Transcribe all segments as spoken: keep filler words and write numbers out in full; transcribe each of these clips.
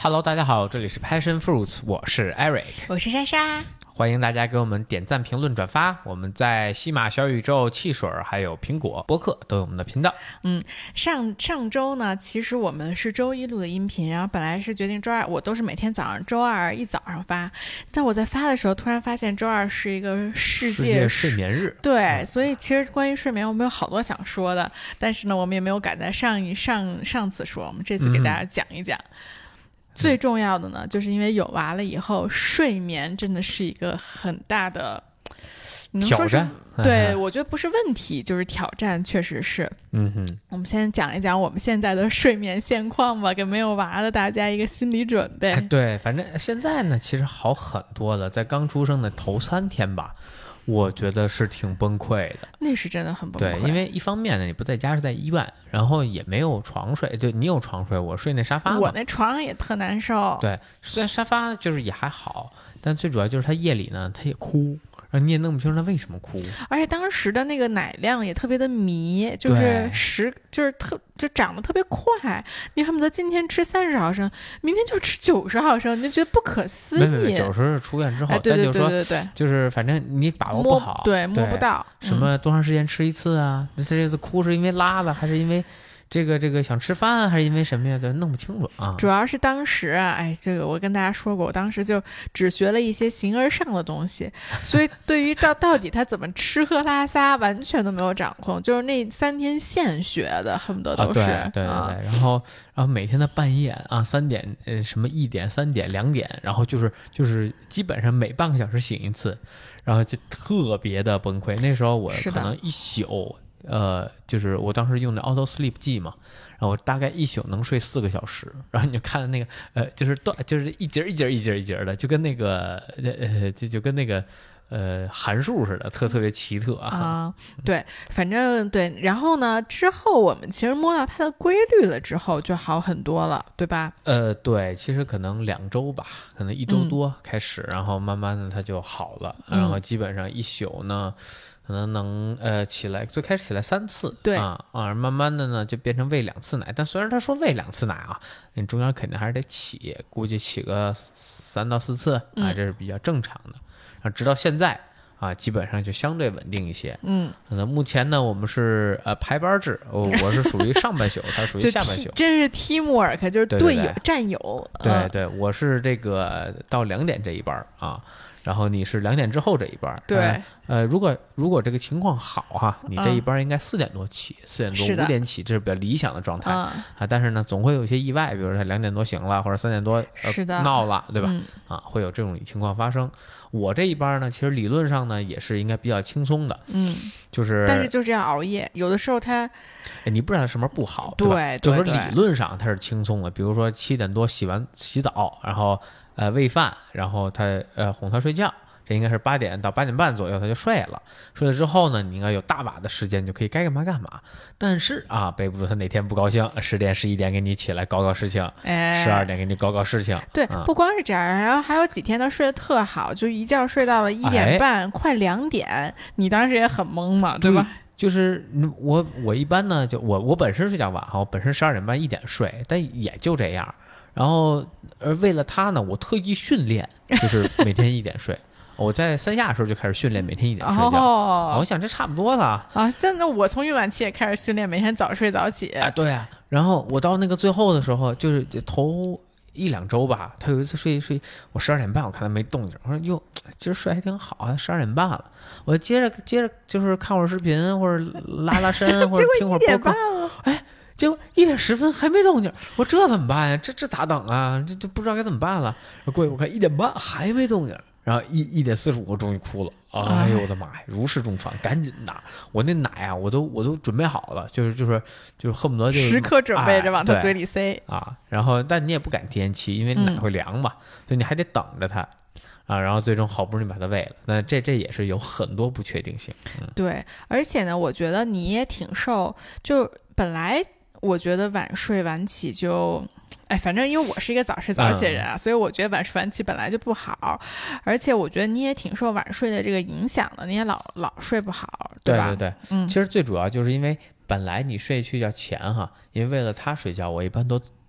Hello， 大家好，这里是 Passion Fruits， 我是 Eric， 我是莎莎， 欢迎大家给我们点赞、评论、转发。我们在西马、小宇宙、汽水还有苹果播客都有我们的频道。 嗯，上上周呢，其实我们是周一录的音频，然后本来是决定周二，我都是每天早上周二一早上发，但我在发的时候突然发现周二是一个世界, 世界睡眠日， 对、 嗯， 所以其实关于睡眠我们有好多想说的，但是呢，我们也没有赶在上一上上次说，我们这次给大家讲一讲。嗯最重要的呢，就是因为有娃了以后，睡眠真的是一个很大的你能说是挑战。 对，我觉得不是问题，就是挑战，确实是。 嗯哼， 我们先讲一讲我们现在的睡眠现况吧，给没有娃的大家一个心理准备。 哎、对，反正现在呢，其实好很多了，在刚出生的头三天吧。我觉得是挺崩溃的， 那是真的很崩溃。 对，因为一方面呢，你不在家是在医院，然后也没有床睡。对，你有床睡，我睡那沙发嘛。 我那床上也特难受。 对，虽然沙发就是也还好，但最主要就是他夜里呢，他也哭，然后你也弄不清楚他为什么哭。 而且当时的那个奶量也特别的迷，就是十就是特就长得特别快，你恨不得今天吃三十毫升，明天就吃九十毫升，你就觉得不可思议。 没没没，九十是出院之后， 哎、对对对对对， 但就是说，就是反正你把握不好， 对，摸不到， 什么多长时间吃一次啊？那、嗯、他这次哭是因为拉了，还是因为？这个这个想吃饭还是因为什么呀？都弄不清楚啊。 主要是当时啊，哎，这个我跟大家说过，我当时就只学了一些形而上的东西，所以对于到到底他怎么吃喝拉撒完全都没有掌控，就是那三天现学的，恨不得都是。 啊、对对对对、啊，然后然后每天的半夜啊，三点呃什么一点、三点、两点，然后就是就是基本上每半个小时醒一次，然后就特别的崩溃。那时候我可能一宿。呃，就是我当时用的 Auto Sleep 计嘛，然后我大概一宿能睡四个小时，然后你就看那个呃，就是断，就是一节一节一节一节的，就跟那个呃，就就跟那个呃函数似的，特特别奇特啊。 啊，对，反正对，然后呢，之后我们其实摸到它的规律了之后，就好很多了，对吧？ 呃，对，其实可能两周吧，可能一周多开始，嗯、然后慢慢的它就好了，嗯、然后基本上一宿呢。可能能呃起来，最开始起来三次， 对啊啊，慢慢的呢就变成喂两次奶，但虽然他说喂两次奶啊，你中间肯定还是得起，估计起个三到四次啊，这是比较正常的。然后直到现在啊，基本上就相对稳定一些。 嗯， 可能目前呢，我们是呃排班制，我我是属于上半宿，他属于下半宿， 真是 teamwork， 就是队友对对对战友。 对、嗯、对，我是这个到两点这一班啊。然后你是两点之后这一班， 对， 呃，呃如果如果这个情况好哈，你这一班应该四点多起，四、嗯、点多五点起，这是比较理想的状态、嗯、啊。但是呢，总会有一些意外，比如说两点多醒了，或者三点多、呃、 是的闹了，对吧、 嗯？啊， 会有这种情况发生。我这一班呢，其实理论上呢也是应该比较轻松的， 嗯， 就是但是就是要熬夜，有的时候他， 哎，你不知道什么不好， 对， 对就是说理论上它是轻松的，比如说七点多洗完洗澡，然后呃喂饭，然后他呃哄他睡觉。这应该是八点到八点半左右他就睡了，睡了之后呢，你应该有大把的时间就可以该干嘛干嘛。但是啊，背不住他哪天不高兴，十点十一点给你起来搞搞事情， 哎， 十二点给你搞搞事情。 对、 嗯， 不光是这样，然后还有几天他睡得特好，就一觉睡到了一点半，哎、快两点，你当时也很懵嘛，对吧？ 对就是我我一般呢，就我我本身睡觉晚哈，我本身十二点半一点睡，但也就这样。然后而为了他呢，我特意训练，就是每天一点睡。我在三亚的时候就开始训练，每天一点睡觉。 哦， 我想这差不多了啊！真的，我从孕晚期也开始训练，每天早睡早起。 啊，对啊。然后我到那个最后的时候，就是头一两周吧，他有一次睡睡，我十二点半，我看他没动静，我说哟，今儿睡还挺好啊，十二点半了。我接着接着就是看会儿视频，或者拉拉伸，或者听会儿播客。哎，结果一点十分还没动静，我这怎么办呀？这这咋等啊？这这不知道该怎么办了。过一会儿看一点半还没动静。然后一一点四十五，我终于哭了。哎呦我的妈呀，如释重负，赶紧拿我那奶啊，我都我都准备好了，就是就是就是恨不得就是时刻准备着往他嘴里塞、 哎、啊。然后但你也不敢提前期，因为奶会凉嘛，嗯、所以你还得等着它啊。然后最终好不容易把它喂了，那这这也是有很多不确定性。嗯、 对，而且呢，我觉得你也挺受，就本来我觉得晚睡晚起就。哎，反正因为我是一个早睡早起的人啊、嗯，所以我觉得晚睡晚起本来就不好，而且我觉得你也挺受晚睡的这个影响的，你也老老睡不好，对吧？ 对对对， 嗯， 其实最主要就是因为本来你睡睡觉前哈，因为为了他睡觉，我一般都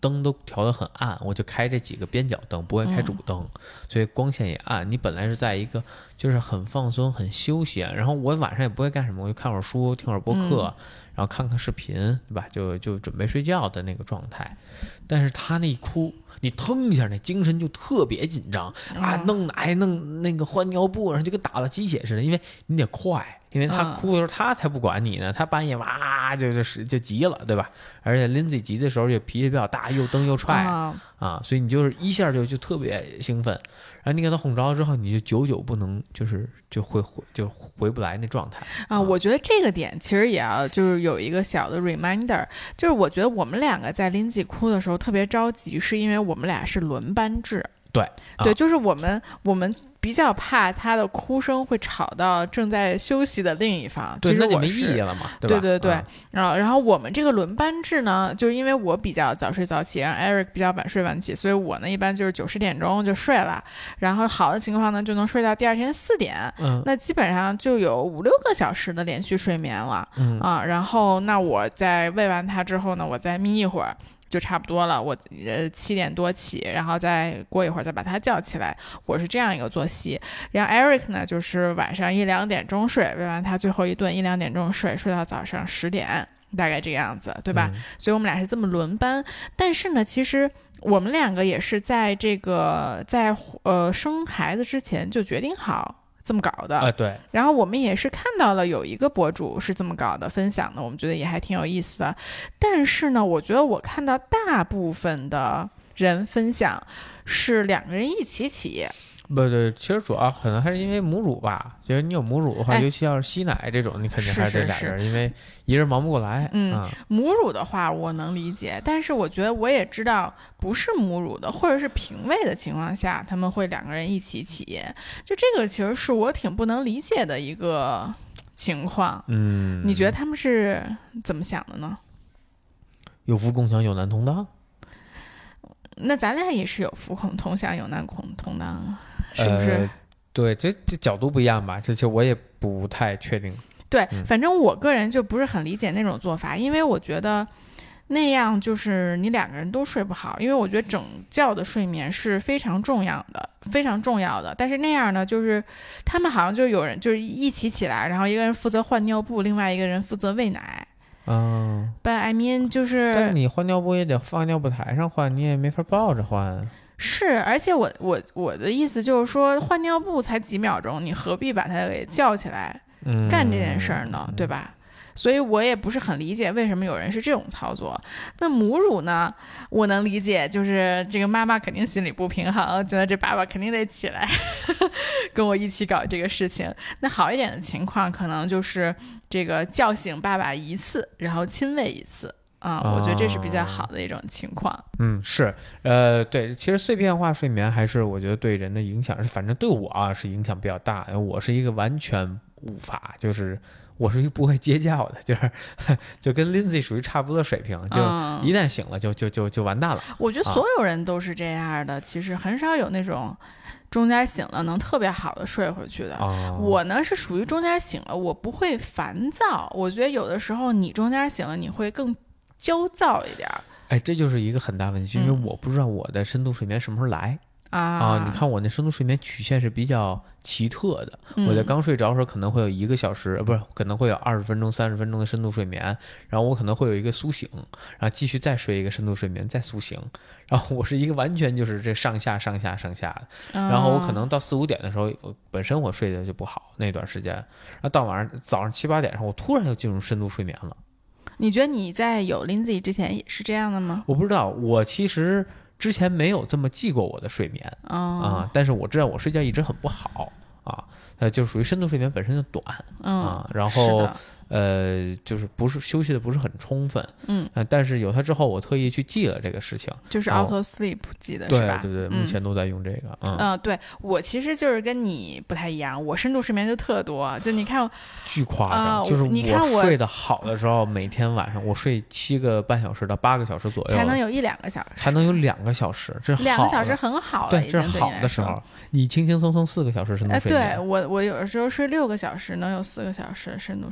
灯都调得很暗，我就开这几个边角灯，不会开主灯，嗯、所以光线也暗。你本来是在一个就是很放松、很休闲，然后我晚上也不会干什么，我就看会儿书，听会儿播客。嗯然后看看视频，对吧？就就准备睡觉的那个状态，但是他那一哭，你腾一下，那精神就特别紧张、嗯、啊，弄奶弄那个换尿布，然后就跟打了鸡血似的，因为你得快，因为他哭的时候、嗯、他才不管你呢，他半夜哇就就就急了，对吧？而且 Lindsay 急的时候就脾气比较大，又蹬又踹、嗯、啊，所以你就是一下就就特别兴奋。然后你给他哄着了之后，你就久久不能，就是就会回就回不来那状态啊。我觉得这个点其实也要就是有一个小的 reminder， 就是我觉得我们两个在 Lindsay 哭的时候特别着急，是因为我们俩是轮班制。 对、 啊、对，就是我们我们比较怕他的哭声会吵到正在休息的另一方。 对， 其实我是那就没意义了嘛，对吧？ 对对对、 啊、 然后然后我们这个轮班制呢，就是因为我比较早睡早起，然后 Eric 比较晚睡晚起，所以我呢一般就是九十点钟就睡了，然后好的情况呢就能睡到第二天四点，嗯，那基本上就有五六个小时的连续睡眠了，嗯啊，然后那我在喂完他之后呢，我再眯一会儿。就差不多了，我呃七点多起，然后再过一会儿再把他叫起来，我是这样一个作息。然后 Eric 呢，就是晚上一两点钟睡，喂完他最后一顿一两点钟睡，睡到早上十点，大概这个样子，对吧？嗯、所以我们俩是这么轮班。但是呢，其实我们两个也是在这个在呃生孩子之前就决定好。这么搞的啊、呃，对。 然后我们也是看到了有一个博主是这么搞的，分享的，我们觉得也还挺有意思的。但是呢，我觉得我看到大部分的人分享是两个人一起起。 不对，其实主要可能还是因为母乳吧。就是你有母乳的话，尤其要是吸奶这种，你肯定还是这俩人，因为一人忙不过来。 嗯，嗯母乳的话我能理解，但是我觉得我也知道，不是母乳的或者是平喂的情况下，他们会两个人一起起。就这个其实是我挺不能理解的一个情况。 嗯， 你觉得他们是怎么想的呢？ 有福共享，有难同当。 那咱俩也是有福同享，有难同当。是不是、 呃、对，这这角度不一样吧，这就我也不太确定。 对、嗯、反正我个人就不是很理解那种做法，因为我觉得那样就是你两个人都睡不好，因为我觉得整觉的睡眠是非常重要的非常重要的，但是那样呢就是他们好像就有人就是一起起来，然后一个人负责换尿布，另外一个人负责喂奶。 嗯 But I mean 就是但你换尿布也得放尿布台上换，你也没法抱着换。 是，而且我我我的意思就是说，换尿布才几秒钟，你何必把他给叫起来干这件事儿呢、嗯、对吧？所以我也不是很理解为什么有人是这种操作。那母乳呢，我能理解，就是这个妈妈肯定心里不平衡，觉得这爸爸肯定得起来跟我一起搞这个事情。那好一点的情况可能就是这个叫醒爸爸一次，然后亲喂一次啊、嗯，我觉得这是比较好的一种情况。 嗯，是，呃，对，其实碎片化睡眠还是我觉得对人的影响，反正对我啊是影响比较大。我是一个完全无法，就是我是一个不会接觉的，就是就跟 Lindsay 属于差不多的水平，就一旦醒了就就就就完蛋了。 我觉得所有人都是这样的，啊、其实很少有那种中间醒了能特别好的睡回去的。 哦、 我呢是属于中间醒了我不会烦躁，我觉得有的时候你中间醒了你会更焦躁一点。 哎，这就是一个很大问题，因为我不知道我的深度睡眠什么时候来、 嗯、啊, 啊！你看我那深度睡眠曲线是比较奇特的，嗯、我在刚睡着的时候可能会有一个小时，呃，不是，可能会有二十分钟、三十分钟的深度睡眠，然后我可能会有一个苏醒，然后继续再睡一个深度睡眠，再苏醒，然后我是一个完全就是这上下上下上下的， 嗯、 然后我可能到四五点的时候，本身我睡的就不好那段时间，然后到晚上早上七八点的时候，我突然就进入深度睡眠了。 你觉得你在有 Lindsay 之前也是这样的吗？ 我不知道，我其实之前没有这么记过我的睡眠啊、 哦呃，但是我知道我睡觉一直很不好啊，呃，就属于深度睡眠本身就短、 嗯、 啊，然后呃，就是不是休息的不是很充分， 嗯、 呃，但是有它之后，我特意去记了这个事情， 就是 auto sleep 记的是吧？ 对对对，目前都在用这个。 嗯， 嗯呃、对我其实就是跟你不太一样，我深度睡眠就特多，就你看， 巨夸张， 呃、 就是你看我睡得好的时候，每天晚上我睡七个半小时到八个小时左右， 才能有一两个小时， 才能有两个小时，这是两个小时很好了， 对，这是好的时候。你轻轻松松四个小时深度睡眠， 哎、对我我有的时候睡六个小时，能有四个小时深度睡眠。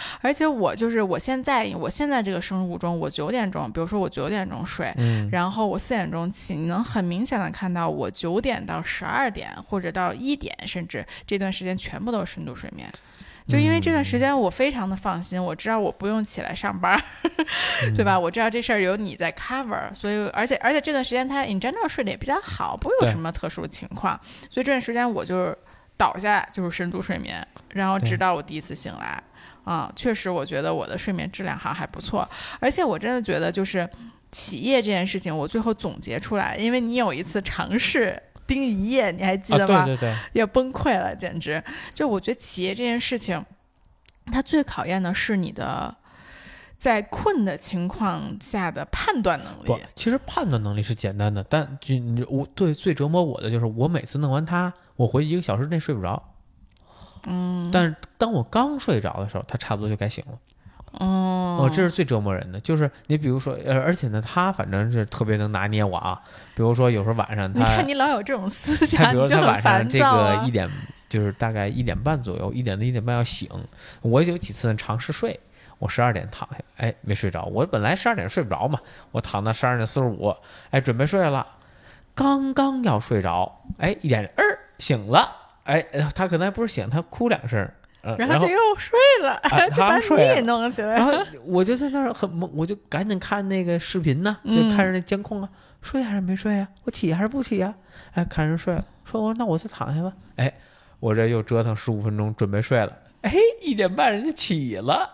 而且我就是我现在我现在这个生物钟，我九点钟，比如说我九点钟睡， 嗯， 然后我四点钟起，你能很明显的看到我九点到十二点或者到一点，甚至这段时间全部都是深度睡眠。就因为这段时间我非常的放心，我知道我不用起来上班，对吧？我知道这事儿有你在 cover， 所以而且而且这段时间他 in general 睡得也比较好，不会有什么特殊情况，所以这段时间我就是倒下就是深度睡眠，然后直到我第一次醒来啊、嗯，确实我觉得我的睡眠质量还还不错，而且我真的觉得就是起夜这件事情，我最后总结出来，因为你有一次尝试盯一夜，你还记得吗？ 啊、对对对， 也崩溃了，简直。就我觉得起夜这件事情，它最考验的是你的在困的情况下的判断能力。 不，其实判断能力是简单的，但就我对最折磨我的就是我每次弄完它，我回一个小时内睡不着。 嗯， 但是当我刚睡着的时候，它差不多就该醒了。 哦， 哦，这是最折磨人的，就是你比如说，呃，而且呢，他反正是特别能拿捏我啊。比如说有时候晚上他， 你看你老有这种思他想， 比如他晚上这个一点， 点，就是大概一点半左右，一点到一点半要醒。我有几次尝试睡，我十二点躺下，哎，没睡着。我本来十二点睡不着嘛，我躺到十二点四十五，哎，准备睡了，刚刚要睡着，哎，一点二、呃、醒了，哎，他可能还不是醒，他哭两声。 然后就又睡了， 啊、 就把你也弄起来。 然后我就在那儿很懵，我就赶紧看那个视频呢，就看着那监控啊，嗯、睡还是没睡啊？我起还是不起啊？哎，看人睡了，说我那我再躺下吧。哎，我这又折腾十五分钟，准备睡了。哎，一点半人家起了。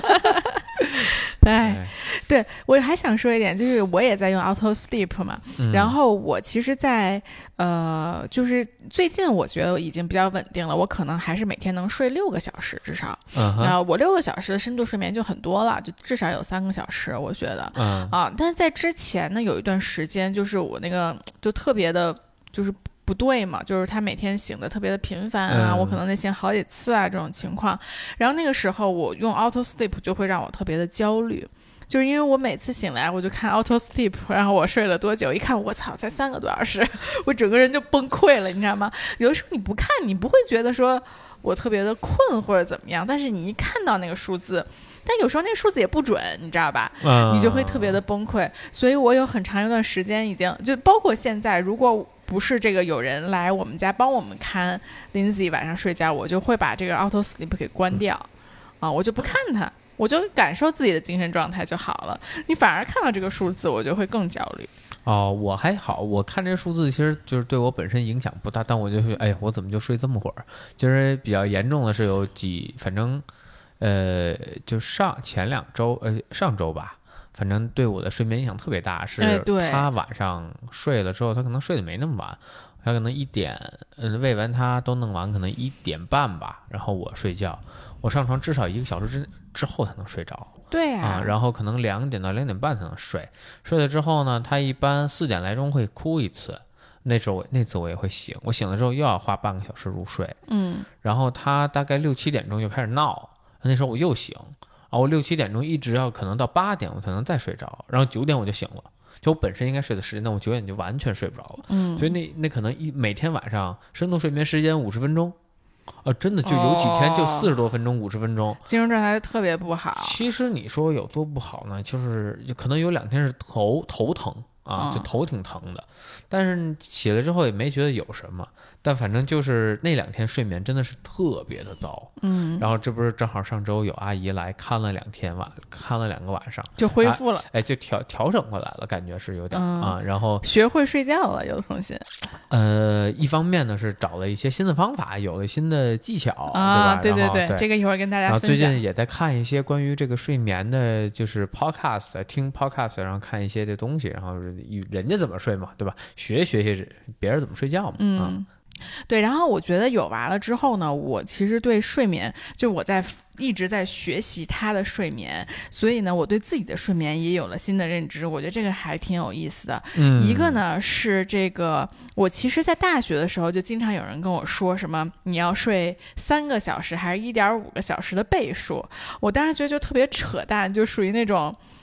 哎，对，我还想说一点，就是我也在用 Auto Sleep 嘛，嗯、然后我其实在，在呃，就是最近我觉得已经比较稳定了，我可能还是每天能睡六个小时至少。 嗯、 呃，我六个小时的深度睡眠就很多了，就至少有三个小时，我觉得。 嗯啊，但是在之前呢，有一段时间就是我那个就特别的，就是不对嘛，就是他每天醒的特别的频繁啊、嗯，我可能得醒好几次啊这种情况。然后那个时候我用 Auto Sleep 就会让我特别的焦虑，就是因为我每次醒来我就看 Auto Sleep， 然后我睡了多久，一看我操才三个多小时，我整个人就崩溃了，你知道吗？有的时候你不看你不会觉得说我特别的困或者怎么样，但是你一看到那个数字，但有时候那个数字也不准，你知道吧、嗯、你就会特别的崩溃。所以我有很长一段时间已经就包括现在，如果不是这个有人来我们家帮我们看 Lindsay 晚上睡觉，我就会把这个 Auto Sleep 给关掉、嗯、啊，我就不看它，我就感受自己的精神状态就好了。你反而看到这个数字我就会更焦虑。 哦，我还好，我看这数字其实就是对我本身影响不大，但我就是哎呀，我怎么就睡这么会儿？就是比较严重的是有几，反正呃，就上前两周，呃，上周吧，反正对我的睡眠影响特别大，是他晚上睡了之后，他可能睡得没那么晚，他可能一点，嗯，喂完他都弄完，可能一点半吧，然后我睡觉，我上床至少一个小时之之后才能睡着。 对啊、 嗯，然后可能两点到两点半才能睡，睡了之后呢，他一般四点来钟会哭一次，那时候我那次我也会醒，我醒了之后又要花半个小时入睡， 嗯， 然后他大概六七点钟就开始闹，那时候我又醒，啊，我六七点钟一直要可能到八点我才能再睡着，然后九点我就醒了，就我本身应该睡的时间，但我九点就完全睡不着了， 嗯， 所以那那可能一每天晚上深度睡眠时间五十分钟。啊，真的就有几天就四十多分钟、五、哦、十分钟， 精神状态特别不好。 其实你说有多不好呢？就是可能有两天是头头疼啊，就头挺疼的，嗯、但是起来之后也没觉得有什么。但反正就是那两天睡眠真的是特别的糟， 嗯， 然后这不是正好上周有阿姨来看了两天晚，看了两个晚上就恢复了， 哎，哎就调调整过来了，感觉是有点、嗯、啊，然后学会睡觉了，有同学。 呃，一方面呢是找了一些新的方法，有了新的技巧啊， 对吧？ 对对对, 对， 这个一会儿跟大家分享。 然后最近也在看一些关于这个睡眠的，就是 podcast， 听 podcast， 然后看一些这东西，然后人家怎么睡嘛，对吧？学学习别人怎么睡觉嘛， 嗯。 啊对，然后我觉得有娃了之后呢，我其实对睡眠，就我在一直在学习他的睡眠，所以呢，我对自己的睡眠也有了新的认知，我觉得这个还挺有意思的。 嗯， 一个呢是这个，我其实在大学的时候就经常有人跟我说什么你要睡三个小时还是一点五个小时的倍数，我当时觉得就特别扯淡，就属于那种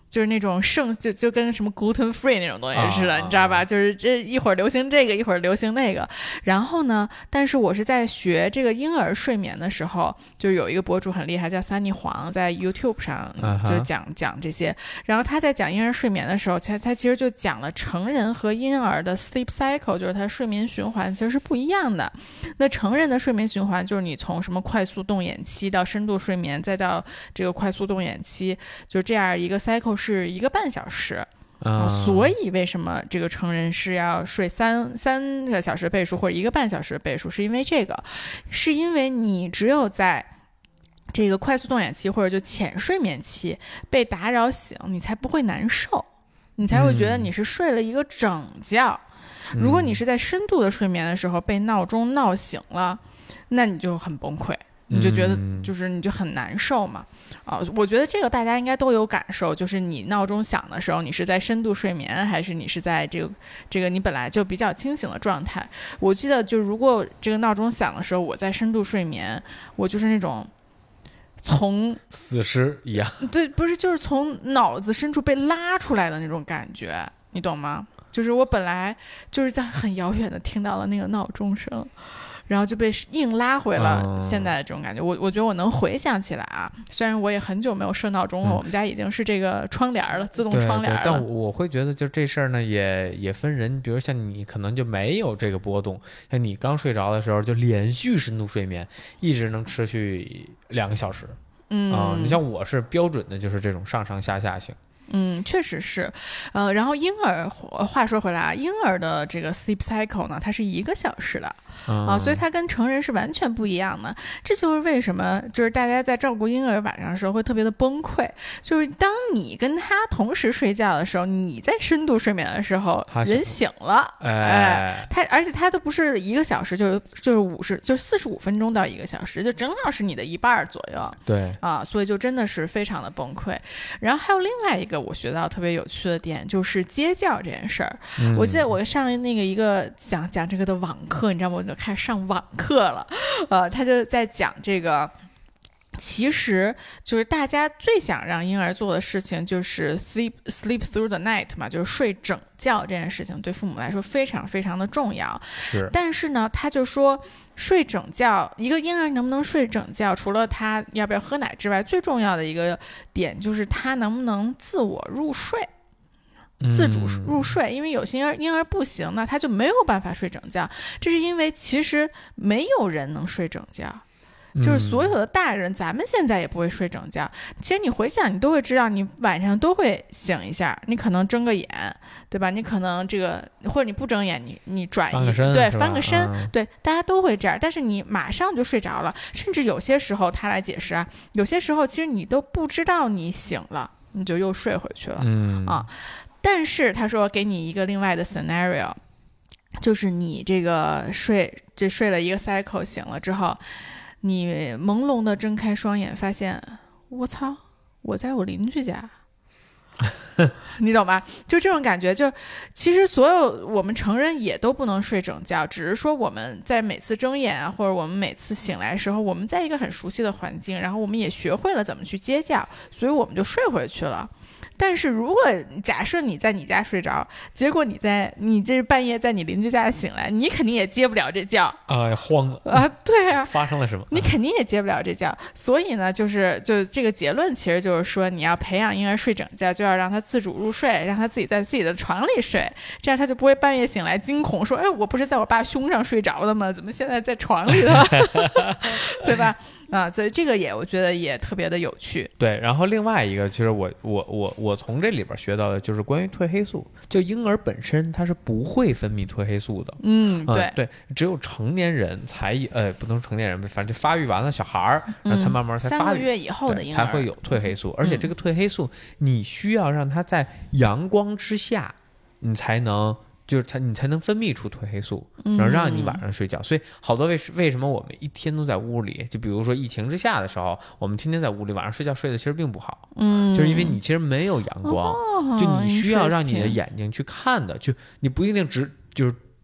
就是那种剩就就跟什么 gluten free 那种东西似的， 啊、 你知道吧？就是这一会儿流行这个，一会儿流行那个。然后呢，但是我是在学这个婴儿睡眠的时候，就有一个博主很厉害，叫 Sunny 黄，在 YouTube 上就讲、uh-huh. 讲这些。然后他在讲婴儿睡眠的时候，他他其实就讲了成人和婴儿的 sleep cycle， 就是他睡眠循环其实是不一样的。那成人的睡眠循环就是你从什么快速动眼期到深度睡眠，再到这个快速动眼期，就这样一个 cycle。是一个半小时、啊、所以为什么这个成人是要睡三三个小时的倍数或者一个半小时的倍数，是因为这个是因为你只有在这个快速动眼期或者就浅睡眠期被打扰醒，你才不会难受，你才会觉得你是睡了一个整觉、嗯、如果你是在深度的睡眠的时候被闹钟闹醒了，那你就很崩溃，你就觉得就是你就很难受嘛、啊，我觉得这个大家应该都有感受，就是你闹钟响的时候，你是在深度睡眠，还是你是在这个这个你本来就比较清醒的状态。我记得就如果这个闹钟响的时候，我在深度睡眠，我就是那种从死尸一样， 对，不是就是从脑子深处被拉出来的那种感觉，你懂吗？就是我本来就是在很遥远的听到了那个闹钟声，然后就被硬拉回了现在的这种感觉、嗯、我我觉得我能回想起来啊，虽然我也很久没有设闹钟了、嗯、我们家已经是这个窗帘了，自动窗帘了。 对对，但我会觉得就这事儿呢也也分人，比如像你可能就没有这个波动，像你刚睡着的时候就连续深度睡眠一直能持续两个小时。嗯、呃、你像我是标准的就是这种上上下下型。 嗯，确实是，呃，然后婴儿话说回来啊，婴儿的这个 sleep cycle 呢，它是一个小时的、嗯、啊，所以它跟成人是完全不一样的。这就是为什么就是大家在照顾婴儿晚上的时候会特别的崩溃，就是当你跟他同时睡觉的时候，你在深度睡眠的时候，人醒了，哎，哎他而且他都不是一个小时，就就是五十，就四十五分钟到一个小时，就正好是你的一半左右。 对啊，所以就真的是非常的崩溃。然后还有另外一个我学到特别有趣的点，就是接觉这件事儿、嗯、我记得我上那个一个讲讲这个的网课，你知道吗？我就开始上网课了，呃，他就在讲这个，其实就是大家最想让婴儿做的事情就是 sleep sleep through the night 嘛，就是睡整觉这件事情对父母来说非常非常的重要。 是， 但是呢，他就说睡整觉，一个婴儿能不能睡整觉，除了他要不要喝奶之外，最重要的一个点就是他能不能自我入睡。自主入睡，因为有些婴儿婴儿不行呢，他就没有办法睡整觉。这是因为其实没有人能睡整觉，就是所有的大人，咱们现在也不会睡整觉。其实你回想，你都会知道，你晚上都会醒一下，你可能睁个眼，对吧？你可能这个或者你不睁眼，你你转移， 翻个身， 对，翻个身、 嗯， 对，大家都会这样。但是你马上就睡着了，甚至有些时候他来解释啊，有些时候其实你都不知道你醒了，你就又睡回去了， 嗯啊。但是他说给你一个另外的 scenario， 就是你这个睡这睡了一个 cycle 醒了之后，你朦胧的睁开双眼，发现我操，我在我邻居家。你懂吧？就这种感觉，就其实所有我们成人也都不能睡整觉，只是说我们在每次睁眼啊，或者我们每次醒来的时候，我们在一个很熟悉的环境，然后我们也学会了怎么去接觉，所以我们就睡回去了。但是如果假设你在你家睡着，结果你在你这半夜在你邻居家醒来，你肯定也接不了这觉啊，慌了啊！对啊， 发生了什么？ 你肯定也接不了这觉。所以呢，就是就这个结论，其实就是说，你要培养婴儿睡整觉，就要让他自主入睡，让他自己在自己的床里睡，这样他就不会半夜醒来惊恐，说：“哎，我不是在我爸胸上睡着的吗？怎么现在在床里了？”对吧？啊，所以这个也我觉得也特别的有趣。 对，然后另外一个，其实我我我我从这里边学到的就是关于褪黑素，就婴儿本身它是不会分泌褪黑素的。 嗯，对、 嗯、对，只有成年人才呃不能成年人，反正就发育完了小孩儿，然后才慢慢才发育、 嗯、三个月以后的婴儿才会有褪黑素，而且这个褪黑素你需要让它在阳光之下，你才能。就是它，你才能分泌出褪黑素，然后让你晚上睡觉。嗯、所以好多为为什么我们一天都在屋里？就比如说疫情之下的时候，我们天天在屋里，晚上睡觉睡的其实并不好。嗯，就是因为你其实没有阳光，哦、就你需要让你的眼睛去看的，就你不一定只就是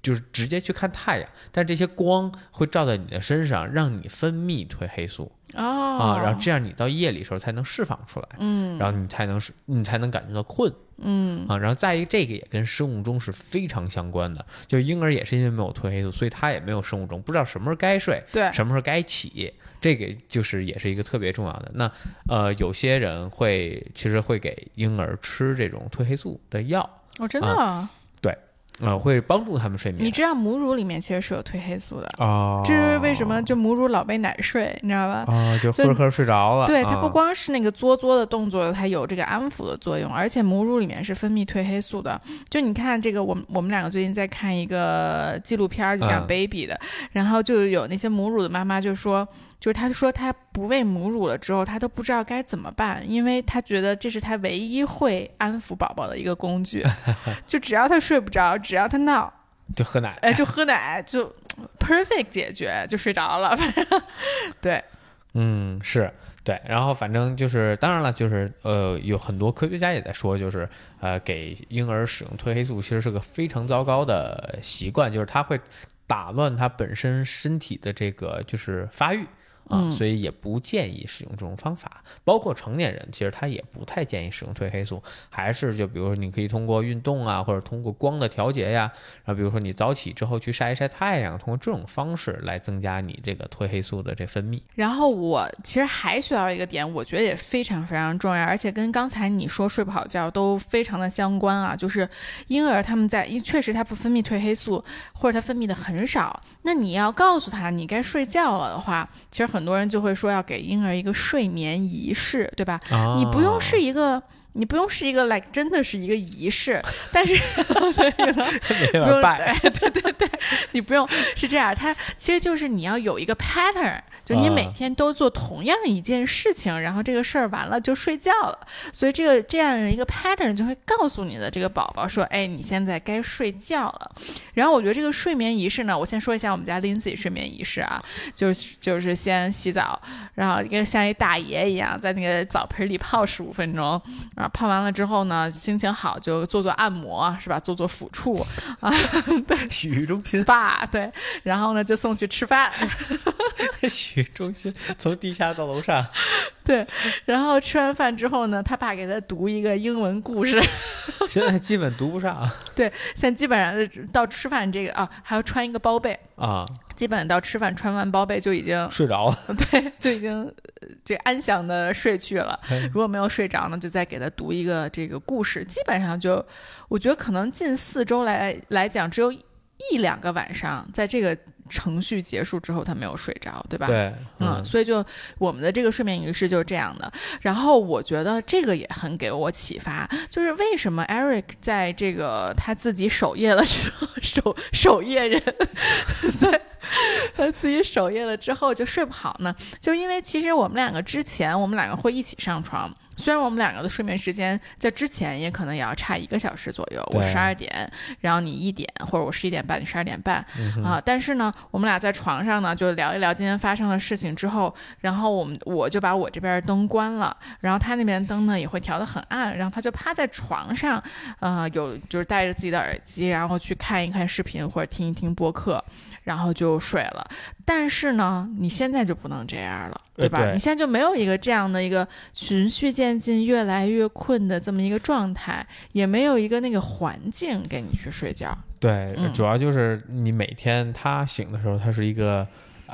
就是直接去看太阳，但这些光会照在你的身上，让你分泌褪黑素。 哦啊，然后这样你到夜里的时候才能释放出来， 嗯， 然后你才能你才能感觉到困， 嗯啊，然后再一个这个也跟生物钟是非常相关的，就婴儿也是因为没有褪黑素，所以他也没有生物钟，不知道什么时候该睡， 对， 什么时候该起，这个就是也是一个特别重要的。那呃，有些人会其实会给婴儿吃这种褪黑素的药， 哦，真的。 啊呃，会帮助他们睡眠。 你知道母乳里面其实是有褪黑素的哦， 这是为什么？就母乳老喂奶睡，你知道吧？ 啊、哦，就喝着喝着睡着了。 对， 啊、 它不光是那个嘬嘬的动作，它有这个安抚的作用，而且母乳里面是分泌褪黑素的。就你看这个，我们我们两个最近在看一个纪录片，就讲 baby 的，嗯、然后就有那些母乳的妈妈就说。就是他说他不喂母乳了之后，他都不知道该怎么办，因为他觉得这是他唯一会安抚宝宝的一个工具，就只要他睡不着，只要他闹， 就喝奶， 哎，就喝奶，就 perfect 解决，就睡着了。反正对， 嗯，是对，然后反正就是，当然了，就是呃，有很多科学家也在说，就是呃，给婴儿使用褪黑素其实是个非常糟糕的习惯，就是它会打乱他本身身体的这个就是发育。啊、嗯，所以也不建议使用这种方法，包括成年人，其实他也不太建议使用褪黑素，还是就比如说你可以通过运动啊，或者通过光的调节呀，然后比如说你早起之后去晒一晒太阳，通过这种方式来增加你这个褪黑素的这分泌。 然后我其实还需要一个点，我觉得也非常非常重要，而且跟刚才你说睡不好觉都非常的相关啊，就是婴儿他们在，因为确实他不分泌褪黑素，或者他分泌的很少，那你要告诉他你该睡觉了的话，其实很多人就会说要给婴儿一个睡眠仪式，对吧？哦、你不用是一个，你不用是一个 like 真的是一个仪式，但是没法拜， 对对对对，你不用是这样，它其实就是你要有一个 pattern。就你每天都做同样一件事情，啊、然后这个事儿完了就睡觉了，所以这个这样一个 pattern 就会告诉你的这个宝宝说，哎，你现在该睡觉了。然后我觉得这个睡眠仪式呢，我先说一下我们家 Lindsay 睡眠仪式啊，就是就是先洗澡，然后一个像一大爷一样在那个澡盆里泡十五分钟，然后泡完了之后呢，心情好就做做按摩，是吧？做做抚触啊，对， 洗浴中心 S P A 对，然后呢就送去吃饭。 洗浴中心从地下到楼上， 对，然后吃完饭之后呢，他爸给他读一个英文故事， 现在基本读不上。 对，现在基本上到吃饭这个啊，还要穿一个包被啊， 基本到吃饭穿完包被就已经睡着了， 对，就已经这安详的睡去了。如果没有睡着呢，就再给他读一个这个故事，基本上就我觉得可能近四周来来讲，只有一两个晚上在这个程序结束之后他没有睡着，对吧？ 对， 嗯，嗯所以就我们的这个睡眠仪式就是这样的。然后我觉得这个也很给我启发，就是为什么 Eric 在这个他自己守夜了之后，守守夜人在他自己守夜了之后就睡不好呢？就因为其实我们两个之前我们两个会一起上床。虽然我们两个的睡眠时间在之前也可能也要差一个小时左右，我十二点，然后你一点，或者我十一点半，你十二点半、嗯、啊。但是呢，我们俩在床上呢就聊一聊今天发生的事情之后，然后我们我就把我这边灯关了，然后他那边灯呢也会调得很暗，然后他就趴在床上，呃，有就是戴着自己的耳机，然后去看一看视频或者听一听播客。然后就睡了，但是呢，你现在就不能这样了，对吧？ 对你现在就没有一个这样的一个循序渐进、越来越困的这么一个状态，也没有一个那个环境给你去睡觉。 对， 嗯、 主要就是你每天他醒的时候，他是一个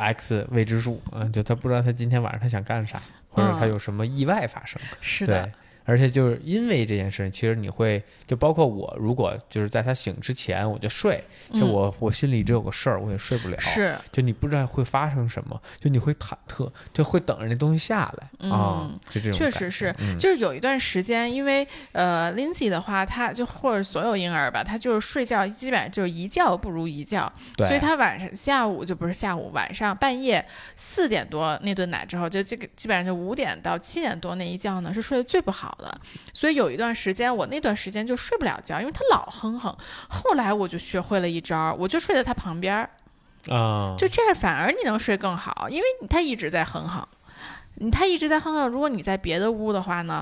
X 未知数，嗯，就他不知道他今天晚上他想干啥，或者他有什么意外发生。 嗯、是的。 对，而且就是因为这件事，其实你会就包括我，如果就是在他醒之前我就睡，就我、嗯、我心里只有个事儿，我也睡不了。 是， 就你不知道会发生什么，就你会忐忑，就会等着那东西下来。 嗯， 啊、就这种确实是、 嗯， 就是有一段时间，因为呃 Lindsay 的话，他就或者所有婴儿吧，他就是睡觉基本上就是一觉不如一觉，所以他晚上下午就不是下午晚上半夜四点多那顿奶之后，就这个基本上就五点到七点多那一觉呢是睡得最不好的，所以有一段时间我那段时间就睡不了觉，因为他老哼哼。后来我就学会了一招，我就睡在他旁边啊， 就这样反而你能睡更好，因为他一直在哼哼，他一直在哼哼。如果你在别的屋的话呢，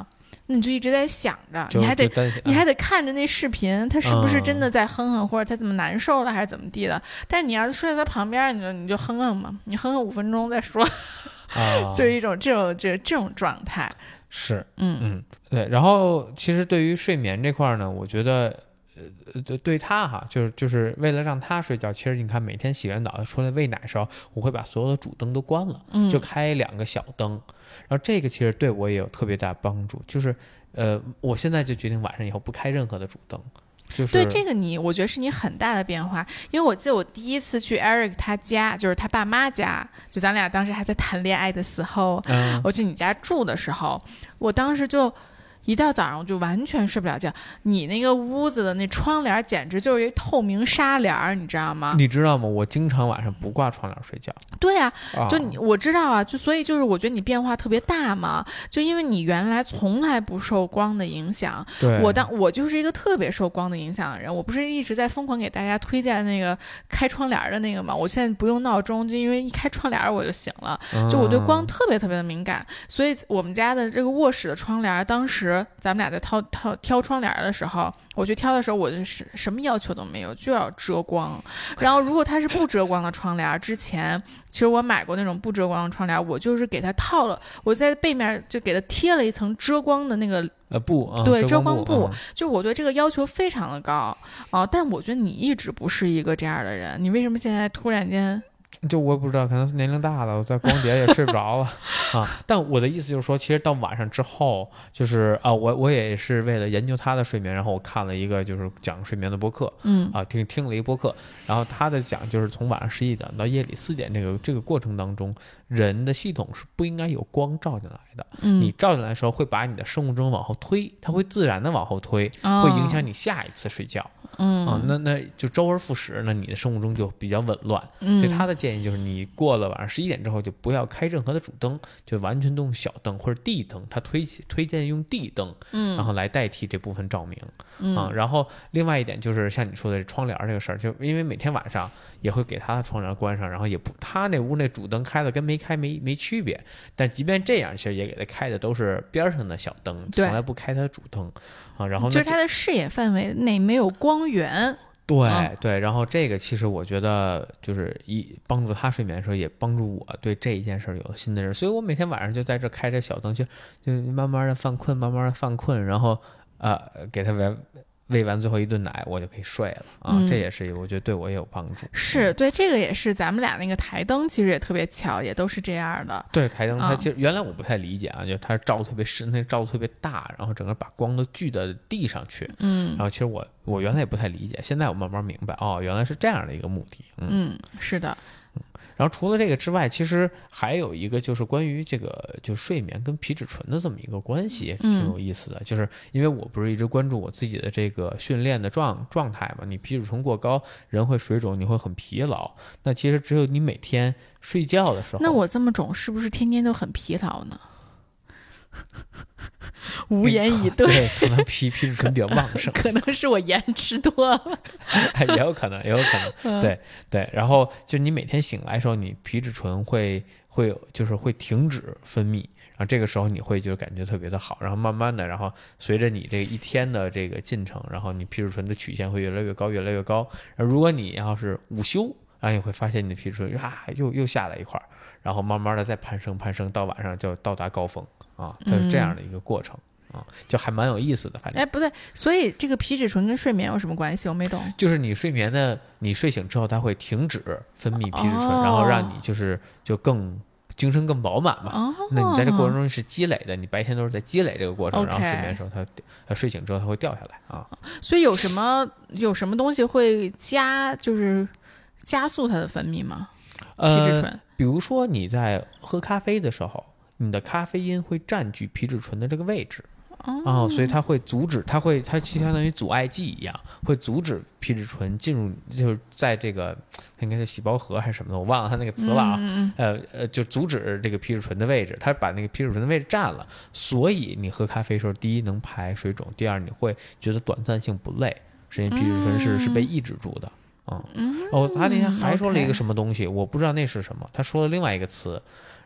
那你就一直在想着， 就你还得就担心你还得看着那视频，他是不是真的在哼哼，或者他怎么难受了，还是怎么地的？但是你要是睡在他旁边，你就你就哼哼嘛，你哼哼五分钟再说， 啊， 就是一种这种这这种状态。 是， 嗯嗯，对。然后其实对于睡眠这块呢，我觉得。呃，对对他哈，就是就是为了让他睡觉，其实你看每天洗完澡出来喂奶的时候，我会把所有的主灯都关了， 嗯， 就开两个小灯，然后这个其实对我也有特别大帮助，就是呃，我现在就决定晚上以后不开任何的主灯。就是对这个你，我觉得是你很大的变化，因为我记得我第一次去 Eric 他家，就是他爸妈家，就咱俩当时还在谈恋爱的时候， 嗯、 我去你家住的时候，我当时就。一到早上我就完全睡不了觉，你那个屋子的那窗帘简直就是一透明纱帘，你知道吗？ 你知道吗？我经常晚上不挂窗帘睡觉。 对啊， 啊就你我知道啊，就所以就是我觉得你变化特别大嘛，就因为你原来从来不受光的影响， 对我当我就是一个特别受光的影响的人，我不是一直在疯狂给大家推荐那个开窗帘的那个嘛，我现在不用闹钟，就因为一开窗帘我就醒了，就我对光特别特别的敏感，所以我们家的这个卧室的窗帘，当时咱们俩在挑挑挑窗帘的时候，我去挑的时候，我就是什么要求都没有，就要遮光。然后如果它是不遮光的窗帘，之前其实我买过那种不遮光的窗帘，我就是给它套了，我在背面就给它贴了一层遮光的那个呃布，啊、 对，遮光光布， 啊、 就我对这个要求非常的高啊、呃。但我觉得你一直不是一个这样的人，你为什么现在突然间？ 就我也不知道，可能是年龄大了，我在光碟也睡不着了啊。但我的意思就是说，其实到晚上之后，就是啊，我我也是为了研究他的睡眠，然后我看了一个就是讲睡眠的播客， 嗯啊，听听了一个播客，然后他的讲就是从晚上十一点到夜里四点这个这个过程当中，人的系统是不应该有光照进来的。 嗯， 你照进来的时候会把你的生物钟往后推，它会自然的往后推， 哦、 会影响你下一次睡觉。 嗯啊，那那就周而复始，那你的生物钟就比较紊乱。 嗯， 所以他的建议就是，你过了晚上十一点之后，就不要开任何的主灯，就完全都用小灯或者地灯。他推推荐用地灯， 嗯， 然后来代替这部分照明。 嗯啊，然后另外一点就是像你说的窗帘这个事儿，就因为每天晚上也会给他的窗帘关上，然后也不他那屋那主灯开了跟没开没没区别，但即便这样，其实也给他开的都是边上的小灯，从来不开他的主灯。啊，然后就是他的视野范围内没有光源。 对、 嗯、 对，然后这个其实我觉得就是一帮助他睡眠的时候，也帮助我对这一件事有了新的认识，所以我每天晚上就在这开着小灯，就就慢慢的犯困，慢慢的犯困，然后呃给他喂喂完最后一顿奶，我就可以睡了啊、 嗯， 这也是我觉得对我也有帮助。 是对，这个也是咱们俩那个台灯，其实也特别巧，也都是这样的。 对，台灯它其实嗯、 原来我不太理解啊，就它照的特别深，那照的特别大，然后整个把光都聚到地上去。 嗯， 然后其实我我原来也不太理解，现在我慢慢明白，哦，原来是这样的一个目的。嗯， 嗯是的。 然后除了这个之外，其实还有一个就是关于这个就睡眠跟皮质醇的这么一个关系，挺有意思的。 嗯、 就是因为我不是一直关注我自己的这个训练的状状态嘛，你皮质醇过高，人会水肿，你会很疲劳。那其实只有你每天睡觉的时候， 那我这么肿，是不是天天都很疲劳呢？无言以对。 对，可能皮皮质醇比较旺盛， 可能是我盐吃多了， 也有可能，也有可能。对对，然后就你每天醒来的时候，你皮质醇会会就是会停止分泌，然后这个时候你会就感觉特别的好，然后慢慢的，然后随着你这一天的这个进程，然后你皮质醇的曲线会越来越高，越来越高。然后如果你要是午休，然后你会发现你的皮质醇啊又又下来一块，然后慢慢的再攀升攀升，到晚上就到达高峰啊，它是这样的一个过程。嗯啊，就还蛮有意思的，反正。 哎，不对，所以这个皮质醇跟睡眠有什么关系？我没懂。 就是你睡眠的，你睡醒之后，它会停止分泌皮质醇，哦、然后让你就是就更精神更饱满嘛。 哦、 那你在这过程中是积累的，你白天都是在积累这个过程， okay、 然后睡眠的时候它，它睡醒之后它会掉下来啊。 所以有什么有什么东西会加，就是加速它的分泌吗？皮质醇、呃， 比如说你在喝咖啡的时候，你的咖啡因会占据皮质醇的这个位置。哦，所以它会阻止，它会，它其实相当于阻碍剂一样，会阻止皮质醇进入，就是在这个应该是细胞核还是什么的，我忘了它那个词了啊。 嗯、 呃呃，就阻止这个皮质醇的位置，它把那个皮质醇的位置占了，所以你喝咖啡的时候，第一能排水肿，第二你会觉得短暂性不累，是因为皮质醇是、嗯、是被抑制住的。嗯，哦，他那天还说了一个什么东西， okay、 我不知道那是什么，他说了另外一个词。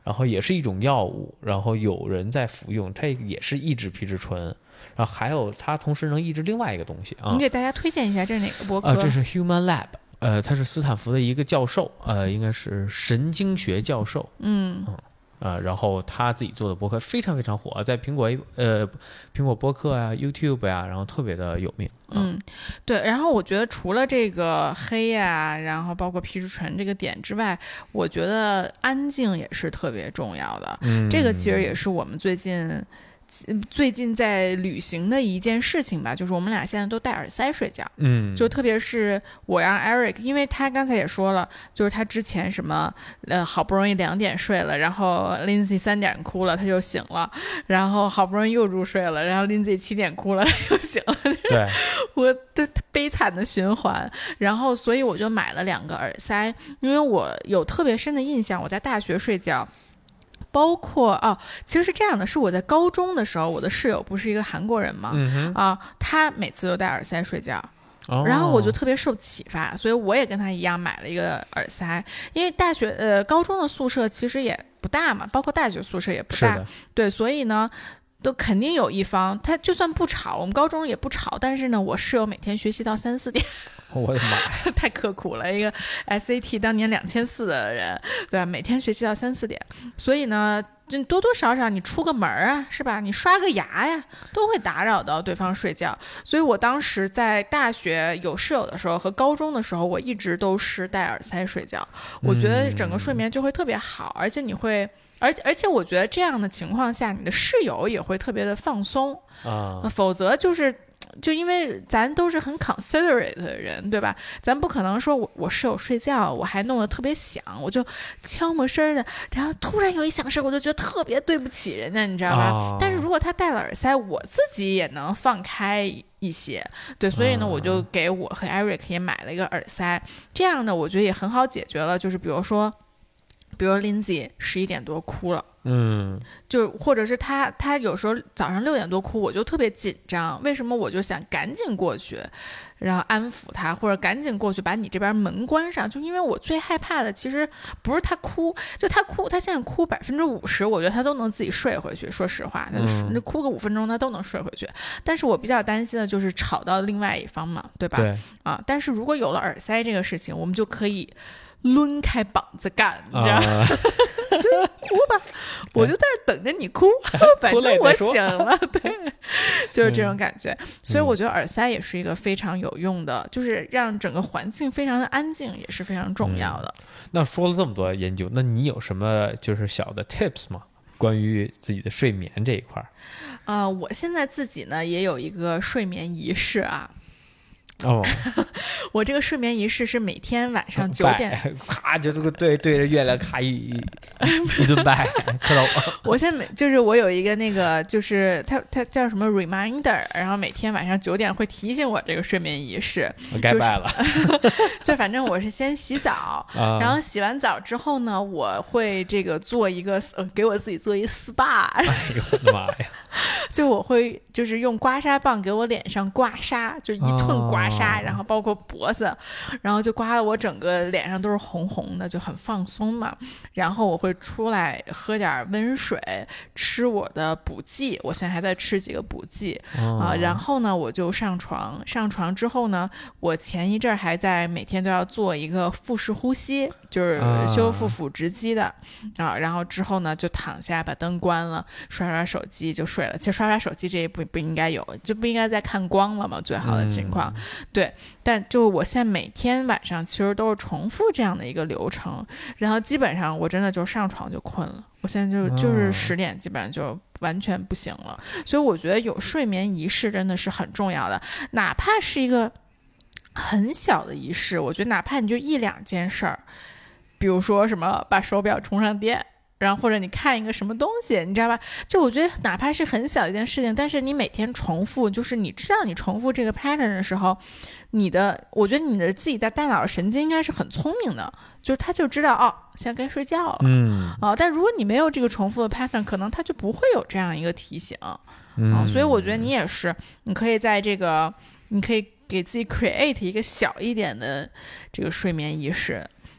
然后也是一种药物，然后有人在服用，它也是抑制皮质醇。然后还有它同时能抑制另外一个东西啊。 你给大家推荐一下，这是哪个播客？ 啊，这是 Human Lab， 呃，他是斯坦福的一个教授，呃，应该是神经学教授。 嗯嗯呃，然后他自己做的播客非常非常火，在苹果呃苹果播客啊、YouTube 呀、啊，然后特别的有名。 嗯，对。然后我觉得除了这个黑呀、啊，然后包括皮质醇这个点之外，我觉得安静也是特别重要的。 嗯， 这个其实也是我们最近。最近在旅行的一件事情吧，就是我们俩现在都戴耳塞睡觉， 嗯， 就特别是我让 Eric， 因为他刚才也说了，就是他之前什么呃好不容易两点睡了，然后 Lindsay 三点哭了，他就醒了，然后好不容易又入睡了，然后 Lindsay 七点哭了，他又醒了， 对， 我的悲惨的循环。然后所以我就买了两个耳塞，因为我有特别深的印象，我在大学睡觉。包括哦，其实是这样的，是我在高中的时候，我的室友不是一个韩国人嘛， 嗯、 啊，他每次都戴耳塞睡觉， 哦、 然后我就特别受启发，所以我也跟他一样买了一个耳塞。因为大学呃高中的宿舍其实也不大嘛，包括大学宿舍也不大，对，所以呢。都肯定有一方，他就算不吵，我们高中也不吵，但是呢，我室友每天学习到三四点， 我的妈呀， 太刻苦了，一个 S A T 当年两千四的人，对吧？每天学习到三四点，所以呢，就多多少少你出个门啊，是吧？你刷个牙呀，都会打扰到对方睡觉。所以我当时在大学有室友的时候和高中的时候，我一直都是戴耳塞睡觉，我觉得整个睡眠就会特别好，而且你会。而而且我觉得这样的情况下，你的室友也会特别的放松啊， 否则就是就因为咱都是很 considerate 的人，对吧？咱不可能说我我室友睡觉，我还弄得特别响，我就悄没声的，然后突然有一响声，我就觉得特别对不起人家，你知道吧？ 啊、 但是如果他戴了耳塞，我自己也能放开一些，对，所以呢，我就给我和 Eric 也买了一个耳塞，这样呢，我觉得也很好解决了，就是比如说。比如 Lindsay 十一点多哭了， 嗯， 就或者是他他有时候早上六点多哭，我就特别紧张。为什么？我就想赶紧过去，然后安抚他，或者赶紧过去把你这边门关上。就因为我最害怕的其实不是他哭，就他哭，他现在哭百分之五十，我觉得他都能自己睡回去。说实话，他嗯、 哭个五分钟他都能睡回去。但是我比较担心的就是吵到另外一方嘛，对吧？ 对啊，但是如果有了耳塞这个事情，我们就可以。抡开膀子干，你知道吗？ 啊、 就哭吧，我就在这等着你哭，反正我醒了，对，就是这种感觉。嗯、所以我觉得耳塞也是一个非常有用的，就是让整个环境非常的安静，也是非常重要的。 嗯、那说了这么多研究，那你有什么就是小的 tips 吗？关于自己的睡眠这一块？ 啊、呃，我现在自己呢也有一个睡眠仪式啊。 哦， 我这个睡眠仪式是每天晚上九点， 咔就这个对对着月亮咔一一顿拜，磕头。 我现在每就是我有一个那个就是它它叫什么 reminder， 然后每天晚上九点会提醒我这个睡眠仪式。 我该拜了。 就是、就反正我是先洗澡， 啊、 然后洗完澡之后呢，我会这个做一个呃给我自己做一 S P A。 哎呦我的妈呀！ 就我会就是用刮痧棒给我脸上刮痧，就一顿刮痧， 哦、 然后包括脖子，然后就刮得我整个脸上都是红红的，就很放松嘛。然后我会出来喝点温水，吃我的补剂，我现在还在吃几个补剂、 哦、 啊。然后呢，我就上床，上床之后呢，我前一阵还在每天都要做一个腹式呼吸，就是修复腹直肌的 啊, 啊。然后之后呢，就躺下，把灯关了，刷刷手机就睡了。其实刷刷手机这也不不应该有，就不应该再看光了嘛，最好的情况、嗯、对。但就我现在每天晚上其实都是重复这样的一个流程，然后基本上我真的就上床就困了，我现在就就是十点基本上就完全不行了。所以我觉得有睡眠仪式真的是很重要的，哪怕是一个很小的仪式，我觉得哪怕你就一两件事儿，比如说什么把手表充上电，然后或者你看一个什么东西，你知道吧？就我觉得哪怕是很小一件事情，但是你每天重复，就是你知道你重复这个 pattern 的时候，你的我觉得你的自己的大脑神经应该是很聪明的，就是他就知道哦，现在该睡觉了， 嗯啊、哦，但如果你没有这个重复的 pattern， 可能他就不会有这样一个提醒， 嗯、 啊，所以我觉得你也是，你可以在这个，你可以给自己 create 一个小一点的这个睡眠仪式。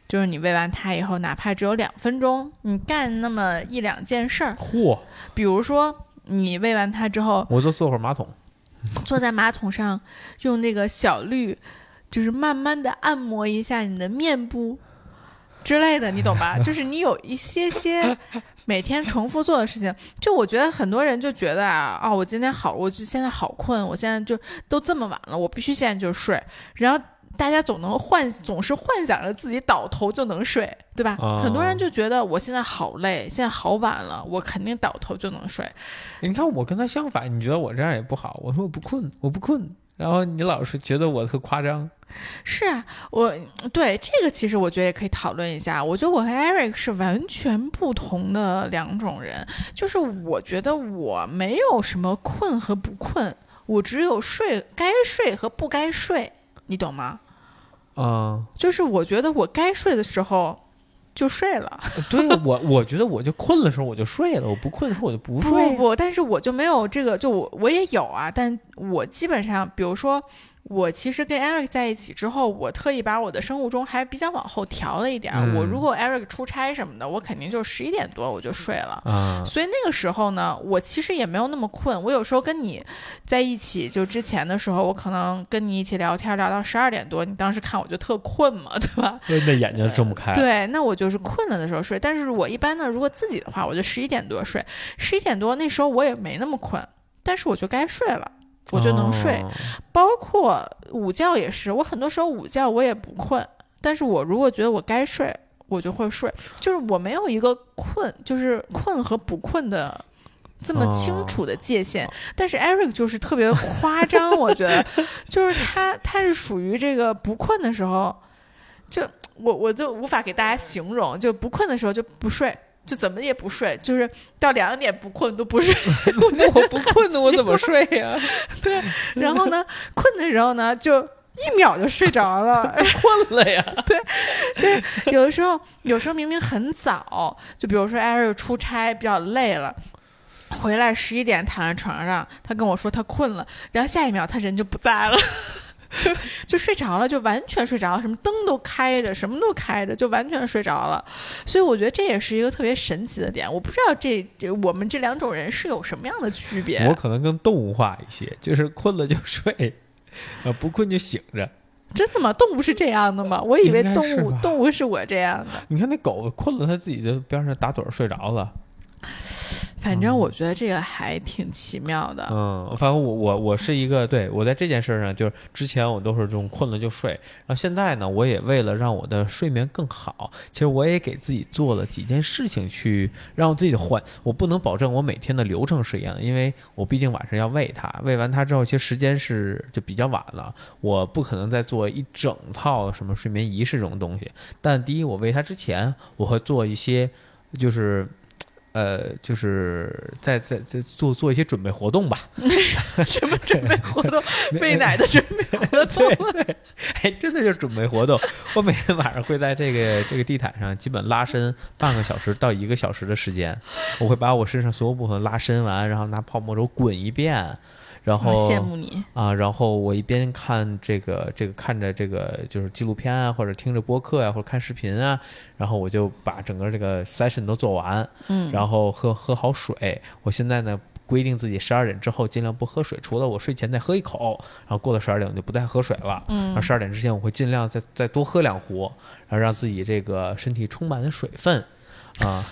就是你喂完它以后，哪怕只有两分钟，你干那么一两件事儿， 嚯， 比如说你喂完它之后， 我就坐会儿马桶， 坐在马桶上，用那个小绿，就是慢慢的按摩一下你的面部之类的，你懂吧？就是你有一些些每天重复做的事情，就我觉得很多人就觉得啊，哦，我今天好，我就现在好困，我现在就都这么晚了，我必须现在就睡，然后大家总能幻总是幻想着自己倒头就能睡，对吧？ 哦、 很多人就觉得我现在好累，现在好晚了，我肯定倒头就能睡。 你看我跟他相反，你觉得我这样也不好，我说我不困，我不困，然后你老是觉得我特夸张。 是啊，我对这个其实我觉得也可以讨论一下。我觉得我和 Eric 是完全不同的两种人，就是我觉得我没有什么困和不困，我只有睡该睡和不该睡，你懂吗？ 嗯， 就是我觉得我该睡的时候就睡了。 对，我我觉得我就困的时候我就睡了，我不困的时候我就不睡。 不不不，但是我就没有这个，就我我也有啊，但我基本上，比如说。我其实跟 Eric 在一起之后，我特意把我的生物钟还比较往后调了一点、嗯、我如果 Eric 出差什么的，我肯定就十一点多我就睡了、 啊、 所以那个时候呢，我其实也没有那么困。我有时候跟你在一起，就之前的时候，我可能跟你一起聊天聊到十二点多，你当时看我就特困嘛，对吧？ 那眼睛睁不开、 呃、对，那我就是困了的时候睡。但是我一般呢，如果自己的话，我就十一点多睡，十一点多那时候我也没那么困，但是我就该睡了，我就能睡、哦、包括午觉也是，我很多时候午觉我也不困，但是我如果觉得我该睡我就会睡，就是我没有一个困就是困和不困的这么清楚的界限、哦、但是 Eric 就是特别夸张我觉得就是他他是属于这个不困的时候就我我就无法给大家形容，就不困的时候就不睡，就怎么也不睡，就是到两点不困都不睡。 我, 我不困的我怎么睡呀、啊？ 对，然后呢，困的时候呢，就一秒就睡着了， 困了呀。 对，就是有的时候，有时候明明很早，就比如说艾瑞出差比较累了。回来十一点躺在床上，他跟我说他困了，然后下一秒他人就不在了。就就睡着了，就完全睡着了，什么灯都开着，什么都开着，就完全睡着了。所以我觉得这也是一个特别神奇的点。我不知道这这我们这两种人是有什么样的区别。 我可能更动物化一些，就是困了就睡，呃，不困就醒着。 真的吗？动物是这样的吗？我以为动物动物是我这样的。 你看那狗困了，它自己就边上打盹睡着了。 反正我觉得这个还挺奇妙的。 嗯，反正我我我是一个，对，我在这件事上，就是之前我都是这种困了就睡，然后现在呢，我也为了让我的睡眠更好，其实我也给自己做了几件事情，去让我自己的换。我不能保证我每天的流程是一样的，因为我毕竟晚上要喂它，喂完它之后，其实时间是就比较晚了，我不可能再做一整套什么睡眠仪式这种东西。但第一，我喂它之前，我会做一些就是。呃，就是在在在做做一些准备活动吧。 什么准备活动？喂奶的准备活动？ 对对，哎，真的就是准备活动。我每天晚上会在这个这个地毯上，基本拉伸半个小时到一个小时的时间。我会把我身上所有部分拉伸完，然后拿泡沫轴滚一遍。然后羡慕你啊！然后我一边看这个这个看着这个就是纪录片啊，或者听着播客啊，或者看视频啊，然后我就把整个这个 session 都做完， 嗯， 然后喝喝好水。我现在呢规定自己十二点之后尽量不喝水，除了我睡前再喝一口，然后过了十二点我就不再喝水了。 嗯， 然后十二点之前我会尽量再再多喝两壶，然后让自己这个身体充满了水分啊。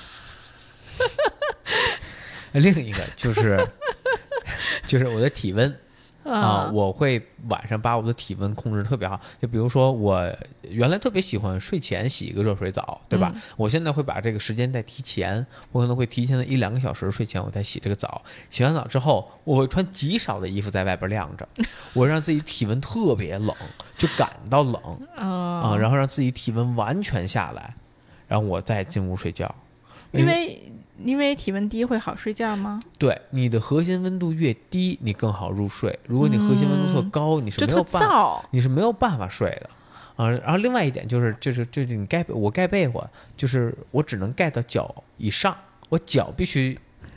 另一个就是就是我的体温啊、呃，我会晚上把我的体温控制特别好。就比如说我原来特别喜欢睡前洗一个热水澡，对吧？嗯、我现在会把这个时间再提前，我可能会提前的一两个小时睡前我再洗这个澡。洗完澡之后，我会穿极少的衣服在外边晾着，我让自己体温特别冷，就感到冷啊、呃，然后让自己体温完全下来，然后我再进屋睡觉， 因为。因为体温低会好睡觉吗？ 对，你的核心温度越低，你更好入睡。如果你核心温度特高，嗯、你是没有办法，你是没有办法睡的啊。然后另外一点就是，就是就是你盖我盖被窝，就是我只能盖到脚以上，我脚必须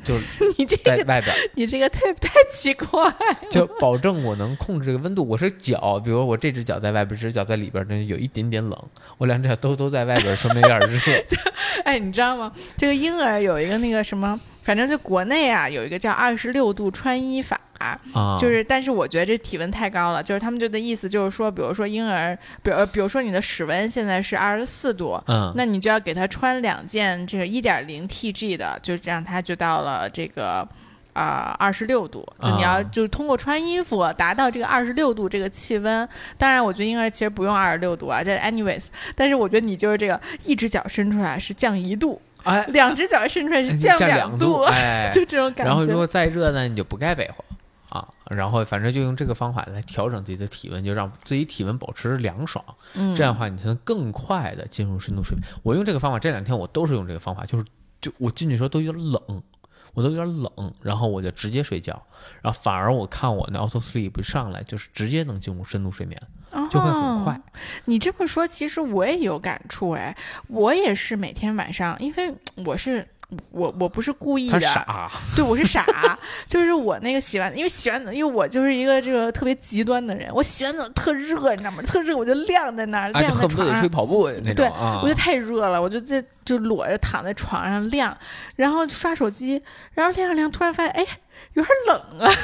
就你这个在外边， 你这个太太奇怪了， 就保证我能控制这个温度。我是脚，比如我这只脚在外边，这只脚在里边，那有一点点冷，我两只脚都都在外边，说明有点热。 哎，你知道吗？这个婴儿有一个那个什么，反正就国内啊有一个叫二十六度穿衣法。啊，就是，但是我觉得这体温太高了，就是他们就的意思就是说，比如说婴儿，比如比如说你的室温现在是二十四度， 嗯， 那你就要给他穿两件这个一点零 T G 的，就让他就到了这个啊二十六度，你要就通过穿衣服达到这个二十六度这个气温。当然，我觉得婴儿其实不用二十六度啊，这 anyways， 但是我觉得你就是这个一只脚伸出来是降一度。哎，两只脚伸出来是降两度， 哎， 就这种感觉。 然后如果再热呢，你就不盖被窝。啊，然后反正就用这个方法来调整自己的体温，就让自己体温保持凉爽。嗯，这样的话你才能更快的进入深度睡眠。我用这个方法，这两天我都是用这个方法，就是就我进去的时候都有点冷，我都有点冷，然后我就直接睡觉，然后反而我看我那 auto sleep 上来就是直接能进入深度睡眠，就会很快。哦， 你这么说，其实我也有感触哎，我也是每天晚上，因为我是。我我不是故意的， 他傻， 对，我是傻，就是我那个洗完，因为洗完澡，因为我就是一个这个特别极端的人，我洗完澡特热，你知道吗？特热，我就晾在那儿， 啊、 晾在床上， 恨不得去跑步那种， 对， 啊、 我就太热了，我就这就裸着躺在床上晾，然后刷手机，然后晾晾，突然发现，哎，有点冷啊。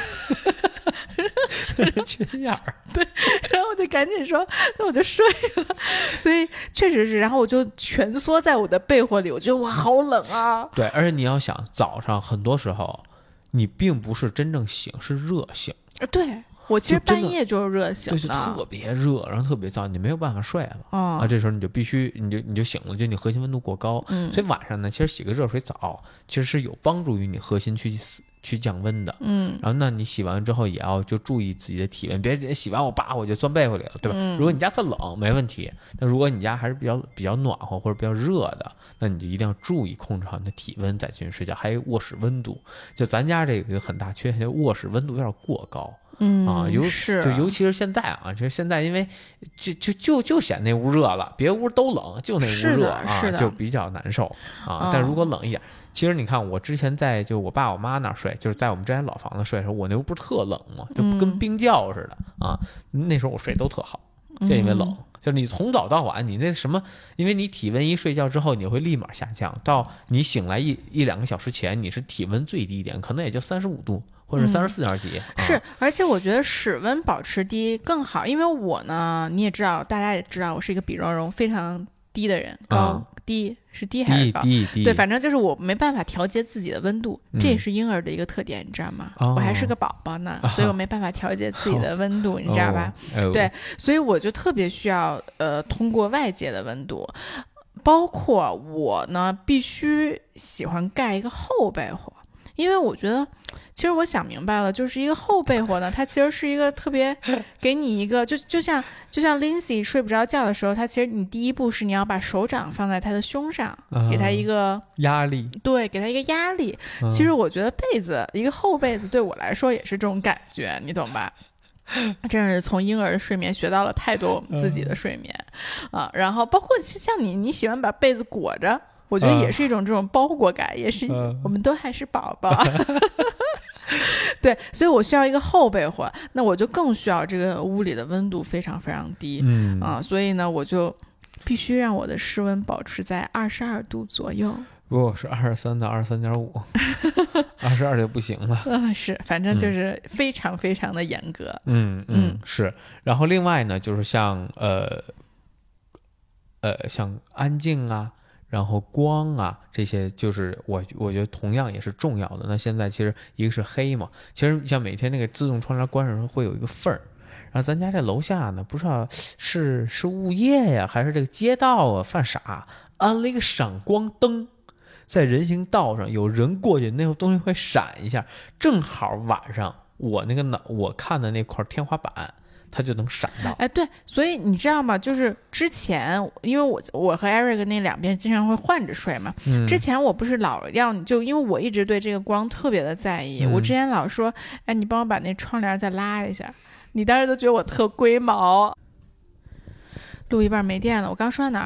缺眼儿， 对，然后我就赶紧说，那我就睡了。所以确实是，然后我就蜷缩在我的被窝里，我觉得哇，好冷啊。 对，而且你要想，早上很多时候你并不是真正醒，是热醒。 对，我其实半夜就是热醒的， 就是特别热，然后特别燥，你没有办法睡了、哦、啊。这时候你就必须，你就你就醒了，就你核心温度过高。嗯，所以晚上呢，其实洗个热水澡，其实是有帮助于你核心去去降温的。嗯，然后那你洗完之后也要就注意自己的体温，别洗完我叭我就钻被窝里了，对吧？嗯、如果你家特冷没问题，那如果你家还是比较比较暖和或者比较热的，那你就一定要注意控制好你的体温再进去睡觉。还有卧室温度，就咱家这个有很大缺陷，就卧室温度有点过高。 嗯啊，尤是就尤其是现在啊，就是现在因为就就就就显那屋热了，别屋都冷，就那屋热啊，就比较难受啊。但如果冷一点，其实你看我之前在就我爸我妈那儿睡，就是在我们之前老房子睡的时候，我那屋不是特冷吗？就跟冰窖似的啊。那时候我睡都特好，就因为冷。嗯，就是你从早到晚，你那什么，因为你体温一睡觉之后，你会立马下降，到你醒来一一两个小时前，你是体温最低点，可能也就三十五度或者三十四点几。 嗯、是，而且我觉得室温保持低更好，因为我呢，你也知道，大家也知道，我是一个比容容非常低的人，高、嗯、低是低还是高？ 低低低。 对，反正就是我没办法调节自己的温度，嗯、这也是婴儿的一个特点，你知道吗？哦、我还是个宝宝呢，哦、所以我没办法调节自己的温度，哦、你知道吧？哦、对，所以我就特别需要呃通过外界的温度，包括我呢必须喜欢盖一个厚被窝。因为我觉得其实我想明白了，就是一个厚被窝呢，它其实是一个特别给你一个就就像就像 Lindsay 睡不着觉的时候，他其实你第一步是你要把手掌放在他的胸上，嗯、给他一个压力， 对，给他一个压力。嗯、其实我觉得被子一个厚被子对我来说也是这种感觉，你懂吧？真是从婴儿的睡眠学到了太多我们自己的睡眠、嗯、啊，然后包括像你你喜欢把被子裹着，我觉得也是一种这种包裹感，也是我们都还是宝宝。对，所以我需要一个厚被窝，那我就更需要这个屋里的温度非常非常低、嗯、啊，所以呢我就必须让我的室温保持在二十二度左右。 不是二十三到二十三点五，二十二就不行了。 嗯，是，反正就是非常非常的严格。 嗯嗯, 嗯是。然后另外呢，就是像呃呃像安静啊，然后光啊这些，就是我我觉得同样也是重要的。那现在其实一个是黑嘛，其实像每天那个自动窗帘关上时候会有一个缝儿。然后咱家这楼下呢，不知道是是物业呀，还是这个街道啊犯傻，安了一个闪光灯。在人行道上有人过去，那个东西会闪一下，正好晚上我那个脑我看的那块天花板它就能闪到。 哎，对，所以你知道吗？就是之前因为我我和 Eric 那两边经常会换着睡嘛、嗯、之前我不是老要就因为我一直对这个光特别的在意、嗯、我之前老说哎你帮我把那窗帘再拉一下，你当时都觉得我特龟毛。录一半没电了，我刚说到哪儿？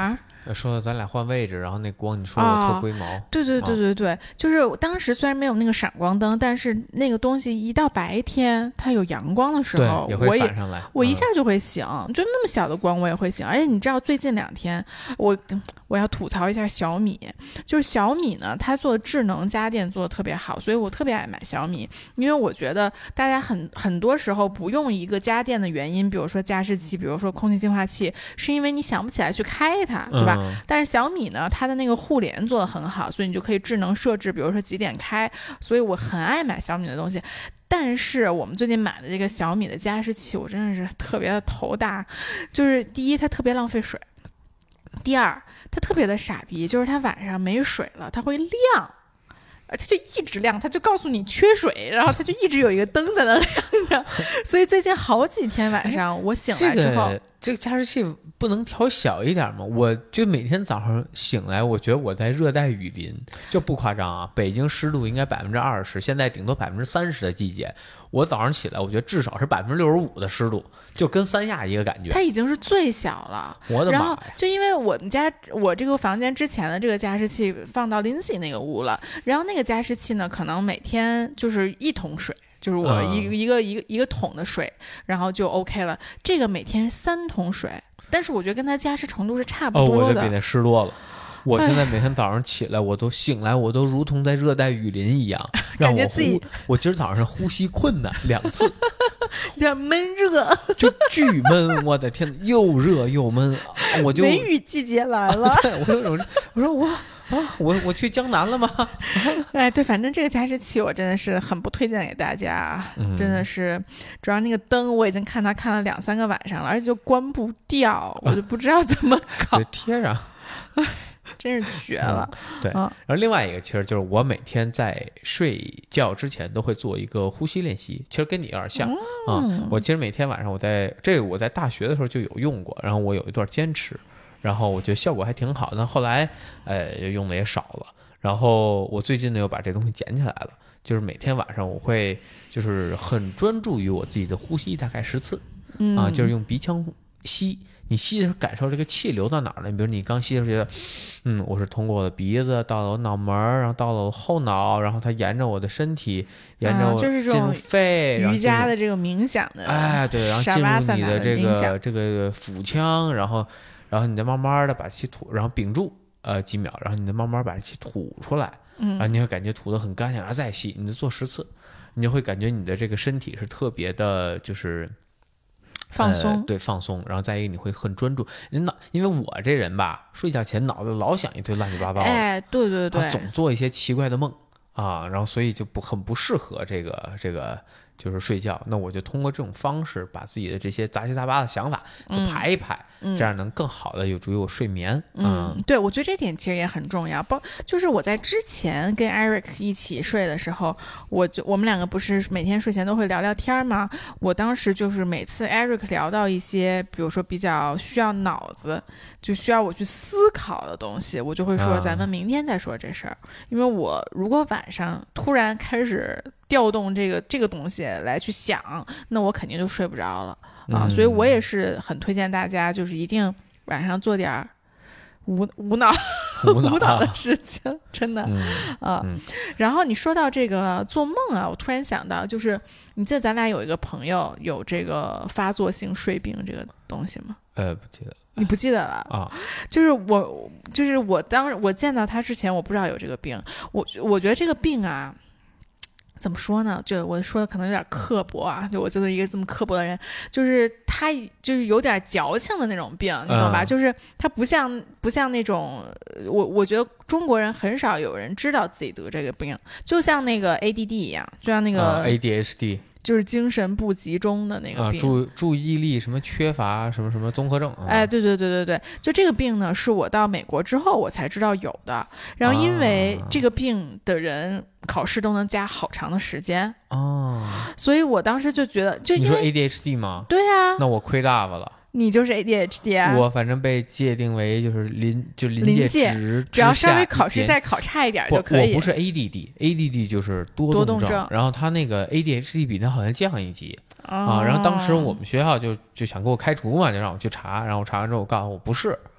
说的咱俩换位置，然后那光你说我特龟毛、 哦、对对对对对、啊、就是当时虽然没有那个闪光灯，但是那个东西一到白天它有阳光的时候， 对也会反上来， 我一下就会醒、嗯、就那么小的光我也会醒。而且你知道最近两天我我要吐槽一下小米，就是小米呢它做智能家电做的特别好，所以我特别爱买小米。因为我觉得大家很很多时候不用一个家电的原因，比如说加湿器，比如说空气净化器，是因为你想不起来去开它，对吧、嗯、但是小米呢它的那个互联做得很好，所以你就可以智能设置比如说几点开，所以我很爱买小米的东西。但是我们最近买的这个小米的加湿器我真的是特别的头大，就是第一它特别浪费水，第二它特别的傻逼，就是它晚上没水了它会亮，它就一直亮，它就告诉你缺水，然后它就一直有一个灯在那亮着。所以最近好几天晚上我醒来之后、 这个、这个加湿器不能调小一点吗？我就每天早上醒来我觉得我在热带雨林，就不夸张啊，北京湿度应该百分之二十，现在顶多百分之三十的季节，我早上起来我觉得至少是百分之六十五的湿度，就跟三亚一个感觉。 它已经是最小了， 我的妈呀！ 然后就因为我们家我这个房间之前的这个加湿器放到 Lindsay 那个屋了，然后那个加湿器呢可能每天就是一桶水，就是我一个、嗯、一个一个一个桶的水，然后就 OK 了。这个每天三桶水，但是我觉得跟它加湿程度是差不多的。 哦，我就比那湿多了。我现在每天早上起来，我都醒来，我都如同在热带雨林一样，让我呼。我今儿早上呼吸困难两次， 叫闷热， 就巨闷。我的天，又热又闷，我就梅雨季节来了。 对，我有种，我说我啊，我我去江南了吗？ 哎，对，反正这个加湿器我真的是很不推荐给大家，嗯、真的是，主要那个灯我已经看它看了两三个晚上了，而且就关不掉，我就不知道怎么搞。 贴上。 真是绝了、 嗯、对、嗯、然后另外一个其实就是我每天在睡觉之前都会做一个呼吸练习，其实跟你有点像、嗯嗯、我其实每天晚上我在这个我在大学的时候就有用过，然后我有一段坚持，然后我觉得效果还挺好的，后来呃用的也少了，然后我最近呢又把这东西捡起来了，就是每天晚上我会就是很专注于我自己的呼吸，大概十次、嗯、啊，就是用鼻腔吸，你吸的时候感受这个气流到哪儿了？比如你刚吸的时候觉得，嗯，我是通过我的鼻子到了我脑门，然后到了我后脑，然后它沿着我的身体，沿着我进入肺， 瑜伽的这个冥想的， 哎，对，然后进入你的这个这个腹腔，然后然后你再慢慢的把气吐，然后屏住呃几秒，然后你再慢慢把气吐出来，嗯，然后你会感觉吐得很干净，然后再吸，你就做十次，你就会感觉你的这个身体是特别的，就是。 放松、呃、 对放松，然后再一个你会很专注，你脑因为我这人吧，睡觉前脑子老想一堆乱七八糟的， 哎，对对对， 总做一些奇怪的梦啊，然后所以就不很不适合这个这个就是睡觉。那我就通过这种方式把自己的这些杂七杂八的想法就排一排、嗯、这样能更好的有助于我睡眠。 嗯，嗯对，我觉得这点其实也很重要。包就是我在之前跟 Eric 一起睡的时候，我就我们两个不是每天睡前都会聊聊天吗？我当时就是每次 Eric 聊到一些比如说比较需要脑子就需要我去思考的东西，我就会说咱们明天再说这事儿、嗯、因为我如果晚上突然开始调动这个这个东西来去想，那我肯定就睡不着了啊、嗯！所以我也是很推荐大家，就是一定晚上做点无无脑无脑, 无脑的事情，真的、嗯、啊、嗯。然后你说到这个做梦啊，我突然想到，就是你记得咱俩有一个朋友有这个发作性睡病这个东西吗？ 呃，不记得。 你不记得了啊？就是我，就是我当我见到他之前，我不知道有这个病。我我觉得这个病啊，怎么说呢？就我说的可能有点刻薄啊，就我作为一个这么刻薄的人，就是他就是有点矫情的那种病，你懂吧？嗯、就是他不像不像那种，我我觉得中国人很少有人知道自己得这个病，就像那个 A D D 一样，就像那个、 啊、A D H D。 就是精神不集中的那个病， 啊、注注意力什么缺乏什么什么综合症、啊、 哎，对对对对对，就这个病呢，是我到美国之后我才知道有的。然后因为这个病的人考试都能加好长的时间哦，所以我当时就觉得，就因为你说 A D H D 吗？ 对啊， 那我亏大发了。 你就是 A D H D 啊！ 我反正被界定为就是临就临界值， 只要稍微考试再考差一点就可以。 我不是 A D D，A D D 就是多动症， 多动症然后他那个 A D H D 比他好像降一级、哦、啊。然后当时我们学校就就想给我开除嘛，就让我去查，然后我查完之后我告诉我不是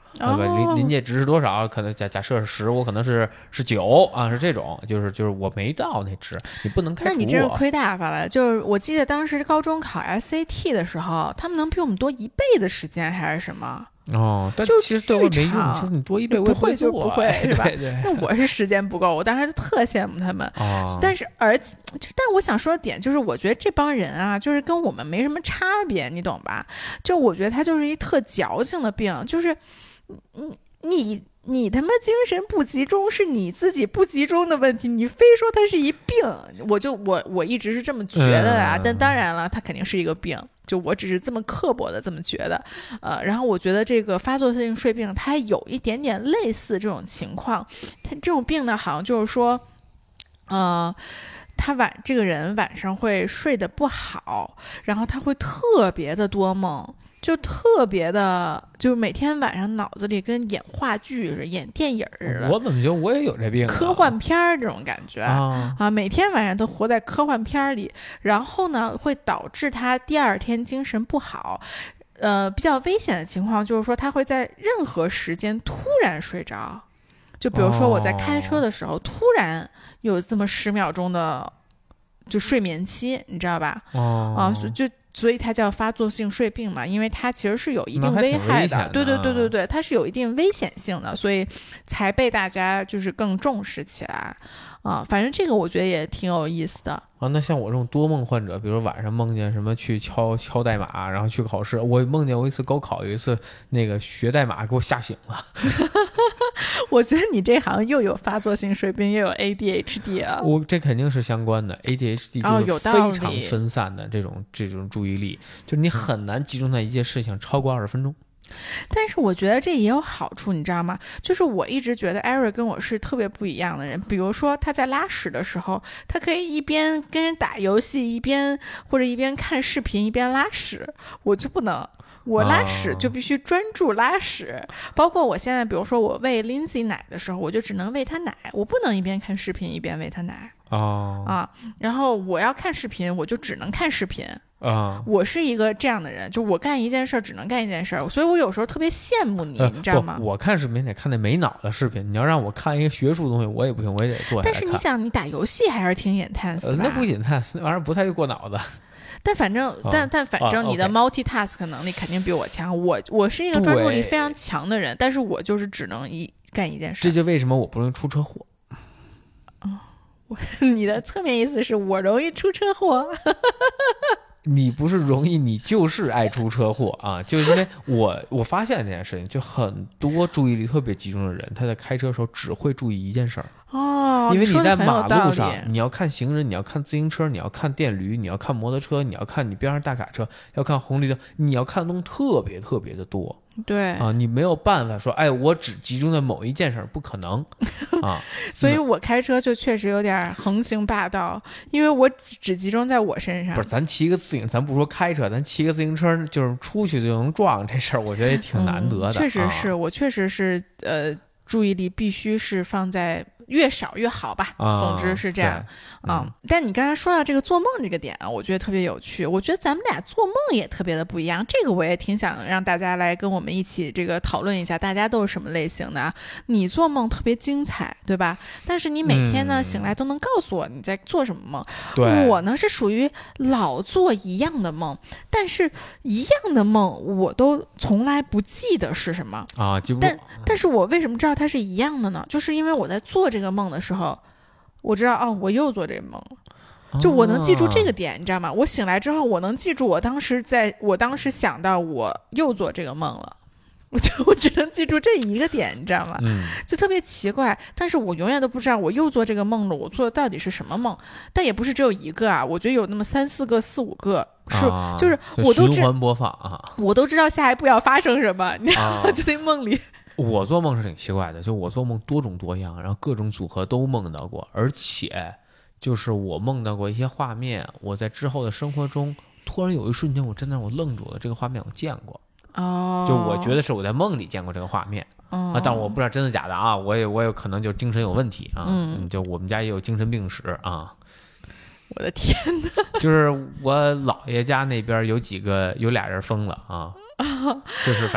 对吧？临临界值是多少？可能假假设是十，我可能是是九啊，是这种，就是就是我没到那值，你不能开除我。 那你真是亏大发了。就是我记得当时高中考 S A T 的时候，他们能比我们多一倍的时间还是什么？ 哦，但其实对我没用，就是你多一倍我不会就不会是吧？ 对对。 那我是时间不够，我当时就特羡慕他们。 哦、 但是而且，但我想说的点就是，我觉得这帮人啊，就是跟我们没什么差别，你懂吧？就我觉得他就是一特矫情的病，就是你你。你他妈精神不集中是你自己不集中的问题，你非说它是一病，我就我我一直是这么觉得啊、嗯。但当然了，它肯定是一个病，就我只是这么刻薄的这么觉得。呃，然后我觉得这个发作性睡病它有一点点类似这种情况，它这种病呢，好像就是说，呃。他晚这个人晚上会睡得不好，然后他会特别的多梦，就特别的，就每天晚上脑子里跟演话剧似的，演电影似的。 我怎么觉得我也有这病、啊？ 科幻片这种感觉、 啊, 啊，每天晚上都活在科幻片里，然后呢，会导致他第二天精神不好。呃，比较危险的情况就是说，他会在任何时间突然睡着。就比如说我在开车的时候，哦、突然有这么十秒钟的就睡眠期，你知道吧？ 哦， 啊，就所以它叫发作性睡病嘛，因为它其实是有一定危害的， 的对对对对对，它是有一定危险性的，所以才被大家就是更重视起来。啊，反正这个我觉得也挺有意思的啊。那像我这种多梦患者，比如晚上梦见什么去敲敲代码，然后去考试，我梦见我一次高考有一次那个学代码给我吓醒了。 我觉得你这好像又有发作性睡病，又有 A D H D 啊。 我这肯定是相关的 ，A D H D 就是非常分散的这种、哦、这种注意力，就是你很难集中在一件事情超过二十分钟。 但是我觉得这也有好处，你知道吗？就是我一直觉得 Eric 跟我是特别不一样的人。比如说他在拉屎的时候，他可以一边跟人打游戏，一边或者一边看视频，一边拉屎，我就不能。我拉屎就必须专注拉屎、哦、包括我现在比如说我喂 Lindsay 奶的时候，我就只能喂她奶，我不能一边看视频一边喂她奶哦啊。然后我要看视频，我就只能看视频啊。 我是一个这样的人，就我干一件事只能干一件事，所以我有时候特别羡慕你、呃、你知道吗？ 我看视频得看那没脑的视频，你要让我看一个学术东西我也不行，我也得坐下来看。 但是你想你打游戏还是挺 intense 的、 呃、那不 intense， 那玩意儿不太过脑子。 但反正、哦、但但反正你的 multitask 能力肯定比我强、哦 okay、我我是一个专注力非常强的人，但是我就是只能一干一件事。 这就为什么我不容易出车祸。 哦，我你的侧面意思是我容易出车祸？ 你不是容易，你就是爱出车祸啊！就是因为我我发现这件事情，就很多注意力特别集中的人，他在开车的时候只会注意一件事儿。 哦， 因为你在马路上，你要看行人，你要看自行车，你要看电驴，你要看摩托车，你要看你边上大卡车，要看红绿灯，你要看的东西特别特别的多。 对啊，你没有办法说，哎，我只集中在某一件事，不可能啊。 所以我开车就确实有点横行霸道，因为我只集中在我身上。 不是，咱骑个自行，咱不说开车，咱骑个自行车，就是出去就能撞，这事儿我觉得也挺难得的。 嗯、确实是、 啊、 我确实是呃，注意力必须是放在。越少越好吧， 啊、 总之是这样啊、嗯。但你刚才说到这个做梦这个点啊，我觉得特别有趣。我觉得咱们俩做梦也特别的不一样，这个我也挺想让大家来跟我们一起这个讨论一下，大家都是什么类型的啊？你做梦特别精彩，对吧？但是你每天呢、嗯、醒来都能告诉我你在做什么梦。 对， 我呢是属于老做一样的梦，但是一样的梦我都从来不记得是什么啊。记不住。 但但是我为什么知道它是一样的呢？就是因为我在做这个。这个梦的时候，我知道哦，我又做这个梦了，就我能记住这个点，啊、你知道吗？我醒来之后，我能记住我当时在我当时想到我又做这个梦了，我就我只能记住这一个点，你知道吗？ 嗯， 就特别奇怪，但是我永远都不知道我又做这个梦了，我做的到底是什么梦？但也不是只有一个啊，我觉得有那么三四个、四五个，是、 啊、 就是我都知循环播放啊， 我都知道下一步要发生什么，你知道吗？啊、就在梦里。 我做梦是挺奇怪的，就我做梦多种多样，然后各种组合都梦到过，而且就是我梦到过一些画面，我在之后的生活中突然有一瞬间我真的让我愣住了，这个画面我见过哦， 就我觉得是我在梦里见过这个画面、哦、啊，但我不知道真的假的啊，我也我有可能就精神有问题啊， 嗯， 就我们家也有精神病史啊。 我的天哪！ 就是我姥爷家那边有几个有俩人疯了啊，就是反正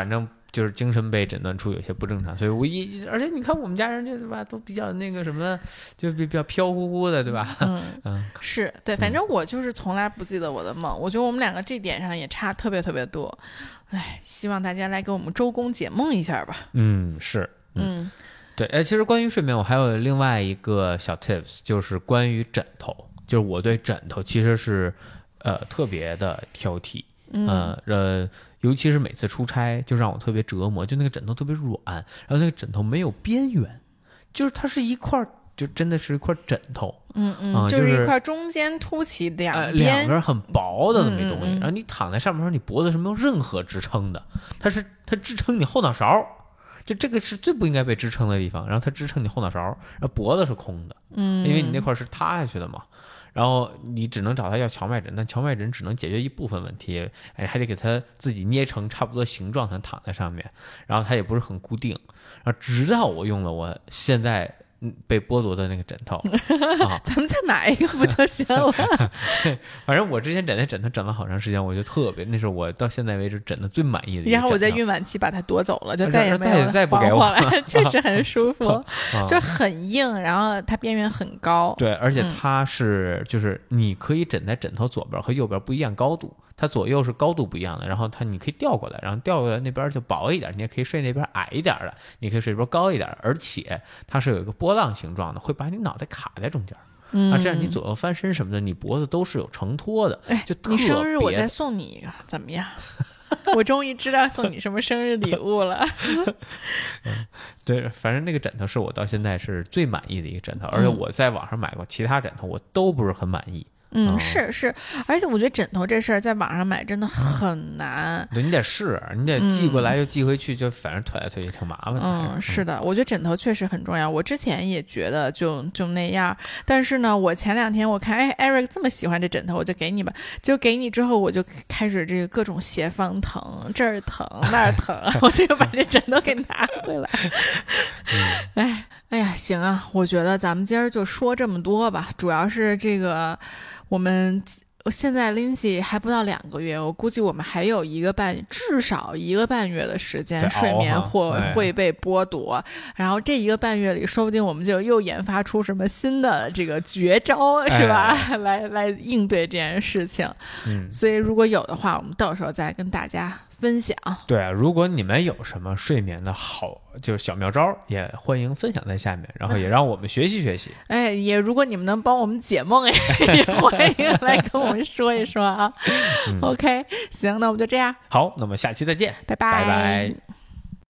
就是精神被诊断出有些不正常，所以我一而且你看我们家人这对吧，都比较那个什么，就比较飘忽忽的，对吧？ 嗯嗯， 是对，反正我就是从来不记得我的梦，我觉得我们两个这点上也差特别特别多。哎，希望大家来给我们周公解梦一下吧。 嗯，是，嗯。嗯对，哎，其实关于睡眠，我还有另外一个小 tips， 就是关于枕头，就是我对枕头其实是呃特别的挑剔，嗯、呃呃，尤其是每次出差，就让我特别折磨，就那个枕头特别软，然后那个枕头没有边缘，就是它是一块，就真的是一块枕头， 嗯嗯， 呃、 就是一块中间凸起两边、呃、 两边很薄的那么一东西， 嗯嗯嗯， 然后你躺在上面的时候，你脖子是没有任何支撑的，它是它支撑你后脑勺。就这个是最不应该被支撑的地方，然后它支撑你后脑勺，然后脖子是空的， 嗯， 因为你那块是塌下去的嘛，然后你只能找他要荞麦枕，但荞麦枕只能解决一部分问题，哎，还得给它自己捏成差不多形状才躺在上面，然后它也不是很固定，然后直到我用了我现在被剥夺的那个枕头，啊、 咱们再买一个不就行了？ 反正我之前枕那枕头枕了好长时间，我就特别，那是我到现在为止枕的最满意的一个枕头。 然后我在孕晚期把它夺走了，就再也没有了， 再也不给我了， 确实很舒服，啊、就很硬，然后它边缘很高。 对，而且它是、嗯、就是你可以枕在枕头左边和右边不一样高度。它左右是高度不一样的，然后它你可以调过来，然后调过来那边就薄一点，你也可以睡那边矮一点的，你可以睡这边高一点，而且它是有一个波浪形状的，会把你脑袋卡在中间，嗯、啊，这样你左右翻身什么的，你脖子都是有承托的，就特别。 你生日我再送你一个，怎么样？我终于知道送你什么生日礼物了。 嗯，对，反正那个枕头是我到现在是最满意的一个枕头，而且我在网上买过其他枕头，我都不是很满意。 嗯，是是，而且我觉得枕头这事儿在网上买真的很难。 对，你得试，你得寄过来又寄回去，嗯、就反正推来推去挺麻烦的。 嗯，是的，我觉得枕头确实很重要。我之前也觉得就就那样，但是呢，我前两天我看，哎 ，Eric 这么喜欢这枕头，我就给你吧。就给你之后，我就开始这个各种斜方疼，这儿疼那儿疼，我就把这枕头给拿回来。嗯、哎哎呀，行啊，我觉得咱们今儿就说这么多吧，主要是这个。我们现在 Lindsay 还不到两个月，我估计我们还有一个半，至少一个半月的时间睡眠或会被剥夺。然后这一个半月里，说不定我们就又研发出什么新的这个绝招，是吧？哎、来来应对这件事情。嗯，所以如果有的话，我们到时候再跟大家分享。 对啊，如果你们有什么睡眠的好就是小妙招，也欢迎分享在下面，然后也让我们学习学习。 哎，也如果你们能帮我们解梦，也也欢迎来跟我们说一说啊。嗯、OK， 行，那我们就这样。 好，那么下期再见， 拜拜。 拜拜。